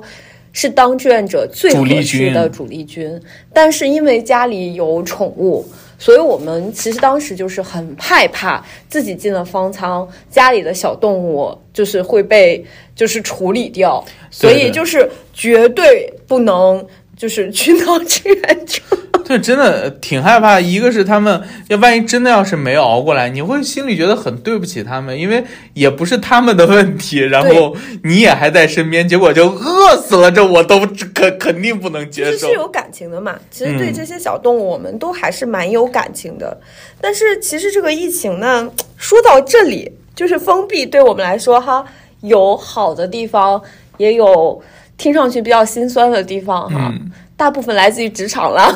是当志愿者最合适的主力军，但是因为家里有宠物，所以我们其实当时就是很害怕自己进了方舱，家里的小动物就是会被就是处理掉，所以就是绝对不能就是去当志愿者。 对，真的挺害怕。一个是他们要万一真的要是没有熬过来，你会心里觉得很对不起他们，因为也不是他们的问题，然后你也还在身边，结果就饿死了，这我都肯肯定不能接受。 其实是有感情的嘛，其实对这些小动物我们都还是蛮有感情的。嗯、但是其实这个疫情呢，说到这里，就是封闭对我们来说哈，有好的地方，也有听上去比较心酸的地方哈。嗯，大部分来自于职场了。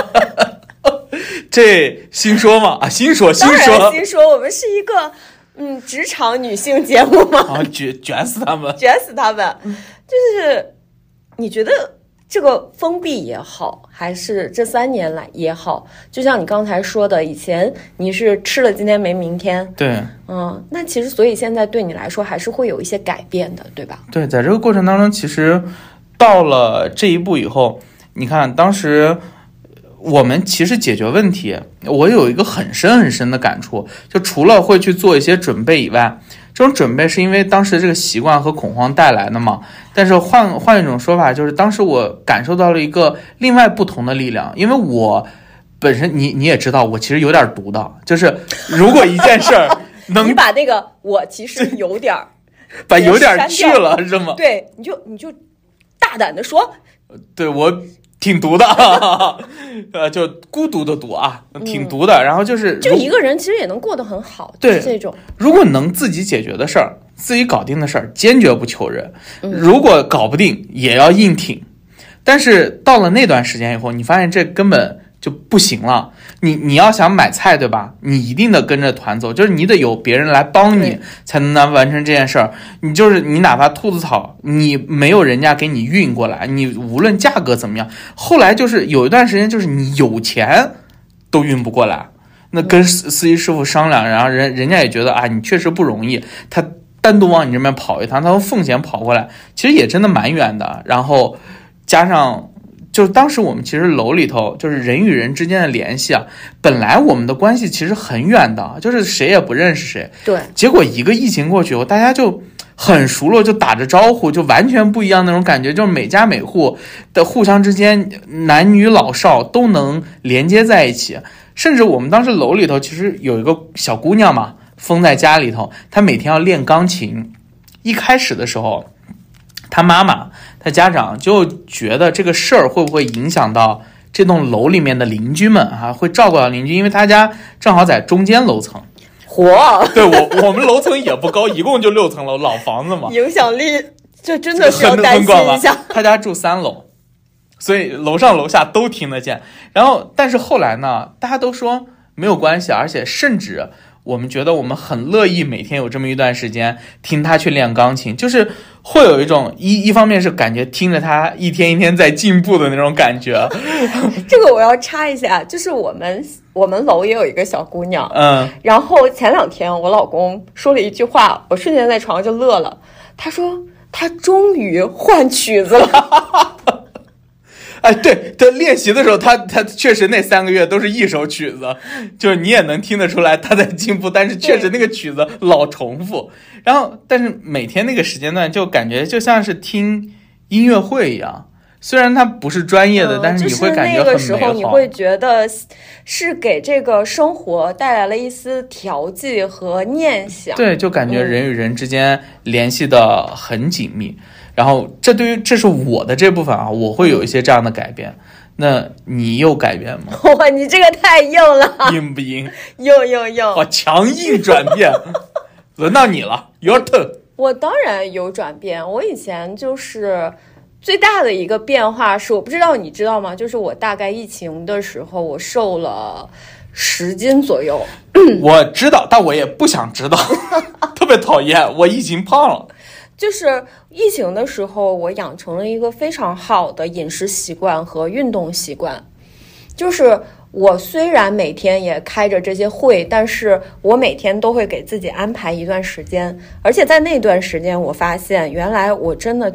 这新说嘛啊，新说新说， 当然新说，我们是一个嗯职场女性节目嘛， 啊卷卷死他们， 卷死他们。就是你觉得这个封闭也好，还是这三年来也好，就像你刚才说的，以前你是吃了今天没明天， 对， 嗯，那其实所以现在对你来说还是会有一些改变的，对吧？ 对，在这个过程当中，其实到了这一步以后。你看，当时我们其实解决问题，我有一个很深很深的感触，就除了会去做一些准备以外，这种准备是因为当时这个习惯和恐慌带来的嘛。但是换换一种说法，就是当时我感受到了一个另外不同的力量，因为我本身你你也知道，我其实有点毒的，就是如果一件事儿能你把那个我其实有点把有点去了是吗？ 对，你就你就大胆的说， 对我。挺毒的，呃，就孤独的毒啊，挺毒的。嗯、然后就是， 就一个人其实也能过得很好， 对、 就是、这种。 如果能自己解决的事儿，自己搞定的事儿，坚决不求人；嗯、如果搞不定，也要硬挺。但是到了那段时间以后，你发现这根本就不行了。你你要想买菜，对吧？你一定得跟着团走，就是你得有别人来帮你，才能能完成这件事儿。你就是你哪怕兔子草，你没有人家给你运过来，你无论价格怎么样，后来就是有一段时间，就是你有钱都运不过来。那跟司司机师傅商量，然后人人家也觉得啊，你确实不容易，他单独往你这边跑一趟，他用奉贤跑过来，其实也真的蛮远的。然后加上。就是当时我们其实楼里头就是人与人之间的联系啊，本来我们的关系其实很远的，就是谁也不认识谁。 对。 结果一个疫情过去后，大家就很熟络，就打着招呼，就完全不一样那种感觉，就是每家每户的互相之间男女老少都能连接在一起。甚至我们当时楼里头其实有一个小姑娘嘛，封在家里头，她每天要练钢琴。一开始的时候，她妈妈他家长就觉得这个事儿会不会影响到这栋楼里面的邻居们啊？会照顾到邻居，因为他家正好在中间楼层。 嚯！ 对我我们楼层也不高，一共就六层楼，老房子嘛， 影响力这真的是要担心一下。 他家住三楼，所以楼上楼下都听得见。然后，但是后来呢，大家都说没有关系，而且甚至。我们觉得我们很乐意每天有这么一段时间听他去练钢琴，就是会有一种一一方面是感觉听着他一天一天在进步的那种感觉。 这个我要插一下，就是我们我们楼也有一个小姑娘， 嗯， 然后前两天我老公说了一句话，我瞬间在床上就乐了。他说他终于换曲子了。 哎，对，他练习的时候，他他确实那三个月都是一首曲子，就是你也能听得出来他在进步，但是确实那个曲子老重复。然后，但是每天那个时间段就感觉就像是听音乐会一样，虽然它不是专业的，嗯、但是你会感觉很美好。 就是那个时候你会觉得是给这个生活带来了一丝调剂和念想。 对，就感觉人与人之间联系的很紧密。嗯然后这对于这是我的这部分啊，我会有一些这样的改变。那你有改变吗？ 哇，你这个太硬了， 硬不硬？ 硬硬硬！ 哇，强硬转变，轮到你了 ，Your turn。 我当然有转变，我以前就是最大的一个变化是，我不知道你知道吗？就是我大概疫情的时候，我瘦了十斤左右。 我知道，但我也不想知道，特别讨厌，我已经胖了。 就是疫情的时候，我养成了一个非常好的饮食习惯和运动习惯。就是我虽然每天也开着这些会，但是我每天都会给自己安排一段时间，而且在那段时间，我发现原来我真的就是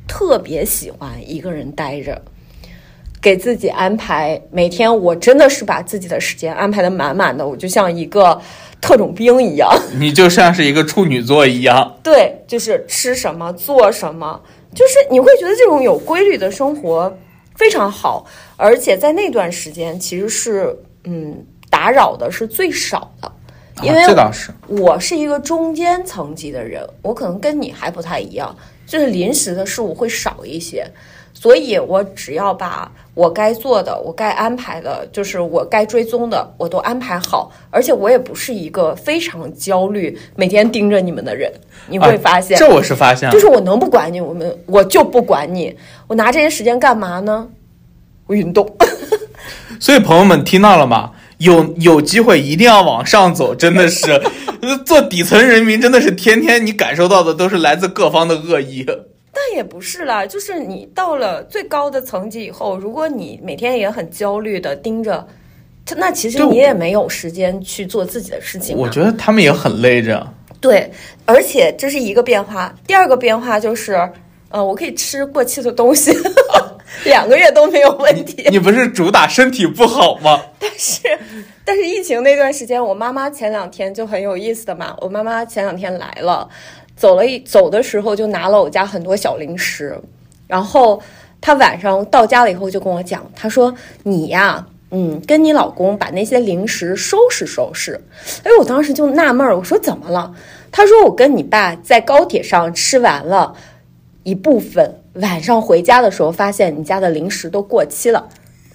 特别喜欢一个人待着，给自己安排每天，我真的是把自己的时间安排的满满的，我就像一个特种兵一样。 你就像是一个处女座一样。 对，就是吃什么做什么，就是你会觉得这种有规律的生活非常好，而且在那段时间其实是嗯打扰的是最少的。因为这倒是， 我是一个中间层级的人，我可能跟你还不太一样，就是临时的事物会少一些，所以我只要把我该做的、我该安排的，就是我该追踪的，我都安排好。而且我也不是一个非常焦虑、每天盯着你们的人，你会发现， 啊、这我是发现， 就是我能不管你，我们我就不管你，我拿这些时间干嘛呢？我运动。 所以朋友们听到了吗？有有机会一定要往上走，真的是做底层人民，真的是天天你感受到的都是来自各方的恶意。 但也不是啦，就是你到了最高的层级以后，如果你每天也很焦虑的盯着，那其实你也没有时间去做自己的事情。 我觉得他们也很累着。 对，而且这是一个变化。第二个变化就是，呃，我可以吃过期的东西。两个月都没有问题。 你, 你不是主打身体不好吗？ 但是但是疫情那段时间，我妈妈前两天就很有意思的嘛，我妈妈前两天来了，走了一走的时候就拿了我家很多小零食，然后她晚上到家了以后就跟我讲，她说你呀嗯，跟你老公把那些零食收拾收拾。哎，我当时就纳闷，我说怎么了？她说我跟你爸在高铁上吃完了一部分，晚上回家的时候发现你家的零食都过期了。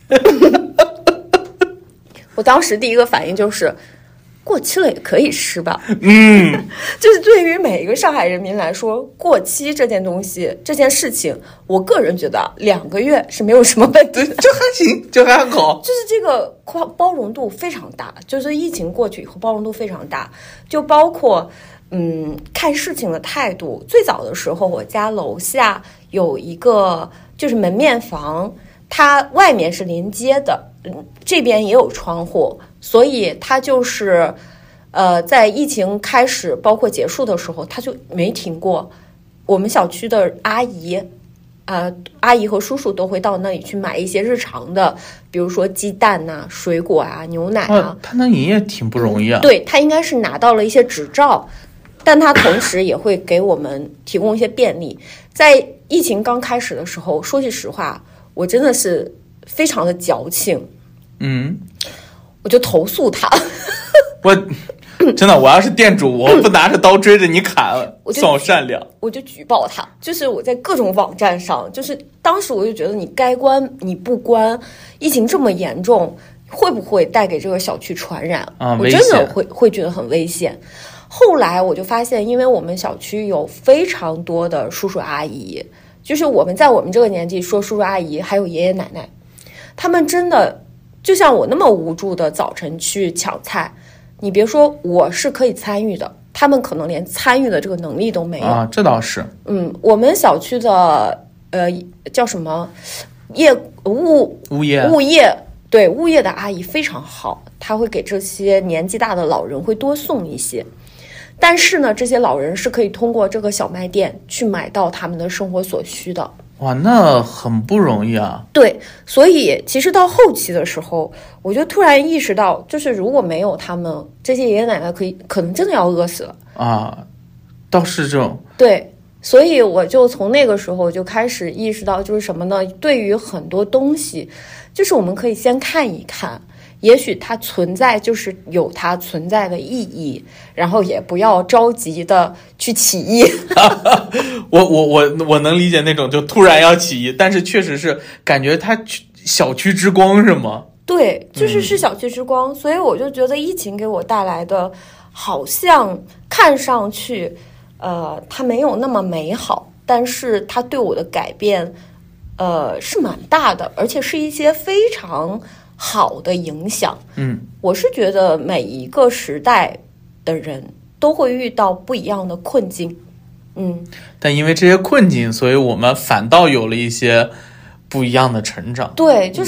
我当时第一个反应就是过期了也可以吃吧。 嗯， 就是对于每一个上海人民来说，过期这件东西这件事情，我个人觉得两个月是没有什么问题的， 就还行，就还好。 就是这个包容度非常大，就是疫情过去以后包容度非常大，就包括嗯，看事情的态度。最早的时候，我家楼下有一个就是门面房，它外面是临街的，嗯，这边也有窗户，所以它就是呃，在疫情开始包括结束的时候，它就没停过。我们小区的阿姨呃，阿姨和叔叔都会到那里去买一些日常的，比如说鸡蛋呐、啊、水果啊、牛奶啊。 哦、他能营业挺不容易啊。 对，他应该是拿到了一些执照。但它同时也会给我们提供一些便利。在疫情刚开始的时候，说句实话，我真的是非常的矫情， 嗯， 我就投诉他。 我真的，我要是店主，我不拿着刀追着你砍，算我善良。 我就举报他，就是我在各种网站上，就是当时我就觉得你该关你不关，疫情这么严重，会不会带给这个小区传染？ 啊， 我真的会会觉得很危险。后来我就发现，因为我们小区有非常多的叔叔阿姨，就是我们在我们这个年纪说叔叔阿姨，还有爷爷奶奶，他们真的就像我那么无助的早晨去抢菜，你别说我是可以参与的，他们可能连参与的这个能力都没有啊。这倒是， 嗯，我们小区的呃叫什么业物物业物业对物业的阿姨非常好，她会给这些年纪大的老人会多送一些。但是呢，这些老人是可以通过这个小卖店去买到他们的生活所需的。 哇，那很不容易啊。 对，所以其实到后期的时候，我就突然意识到，就是如果没有他们，这些爷爷奶奶可以可能真的要饿死了啊。倒是这种。 对，所以我就从那个时候就开始意识到，就是什么呢？对于很多东西，就是我们可以先看一看。也许它存在就是有它存在的意义，然后也不要着急的去起义。 我我我我能理解那种就突然要起义，但是确实是感觉它小区之光是吗？ 对，就是是小区之光、嗯、所以我就觉得疫情给我带来的好像看上去呃它没有那么美好，但是它对我的改变呃是蛮大的，而且是一些非常好的影响。 嗯， 我是觉得每一个时代的人都会遇到不一样的困境。嗯， 但因为这些困境，所以我们反倒有了一些不一样的成长。 对，就是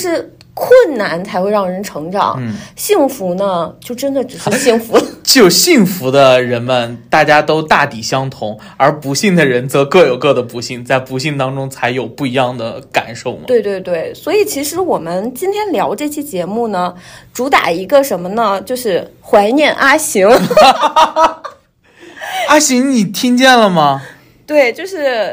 困难才会让人成长， 嗯， 幸福呢，就真的只是幸福了。 只有幸福的人们，大家都大抵相同，而不幸的人则各有各的不幸，在不幸当中才有不一样的感受嘛。 对对对，所以其实我们今天聊这期节目呢，主打一个什么呢？就是怀念阿行。 阿行，你听见了吗？ 对，就是，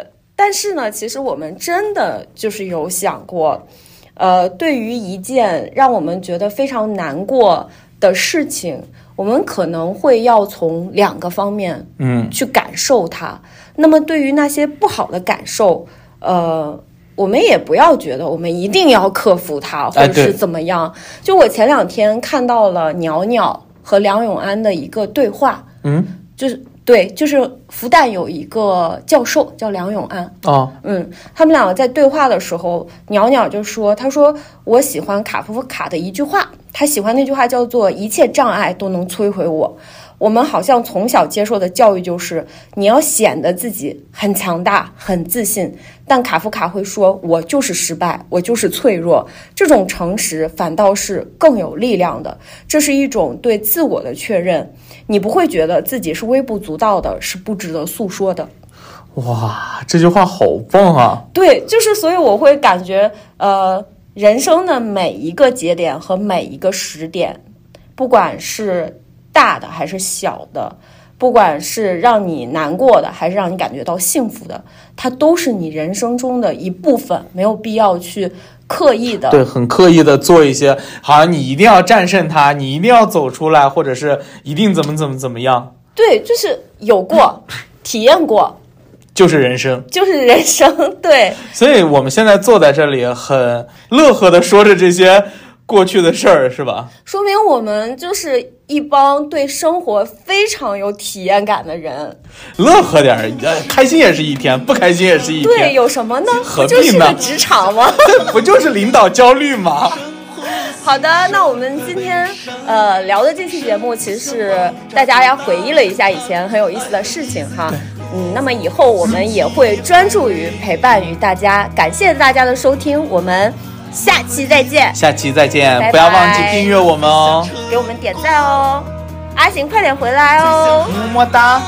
但是呢，其实我们真的就是有想过。呃，对于一件让我们觉得非常难过的事情，我们可能会要从两个方面，嗯，去感受它。嗯、那么，对于那些不好的感受，呃，我们也不要觉得我们一定要克服它，或者是怎么样。哎、就我前两天看到了袅袅和梁永安的一个对话，嗯，就是。对，就是复旦有一个教授叫梁永安哦， 嗯，他们两个在对话的时候，袅袅就说，他说我喜欢卡夫卡的一句话，他喜欢那句话叫做一切障碍都能摧毁我。我们好像从小接受的教育就是你要显得自己很强大很自信，但卡夫卡会说我就是失败，我就是脆弱，这种诚实反倒是更有力量的，这是一种对自我的确认，你不会觉得自己是微不足道的，是不值得诉说的。 哇，这句话好棒啊。 对，就是所以我会感觉呃，人生的每一个节点和每一个时点，不管是大的还是小的，不管是让你难过的还是让你感觉到幸福的，它都是你人生中的一部分，没有必要去刻意的， 对，很刻意的做一些好像你一定要战胜它，你一定要走出来，或者是一定怎么怎么怎么样。 对，就是有过体验过就是人生， 就是人生。对， 所以我们现在坐在这里很乐呵的说着这些过去的事儿，是吧？ 说明我们就是一帮对生活非常有体验感的人。 乐呵点儿，开心也是一天，不开心也是一天。 对，有什么呢？ 何必呢？ 不就是个职场吗？ 不就是领导焦虑吗？ 好的，那我们今天呃聊的这期节目，其实是大家要回忆了一下以前很有意思的事情哈。嗯，那么以后我们也会专注于陪伴于大家，感谢大家的收听，我们下期再见。 下期再见， 拜拜， 不要忘记订阅我们哦， 给我们点赞哦。阿行，快点回来哦， 么么哒。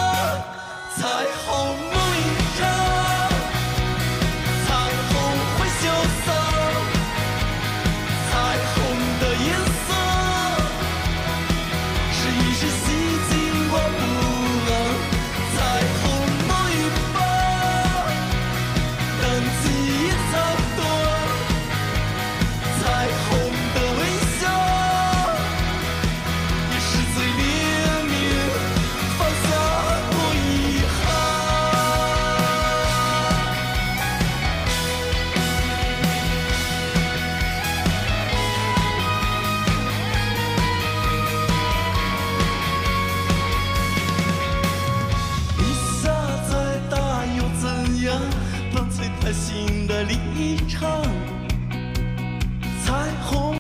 新的立场。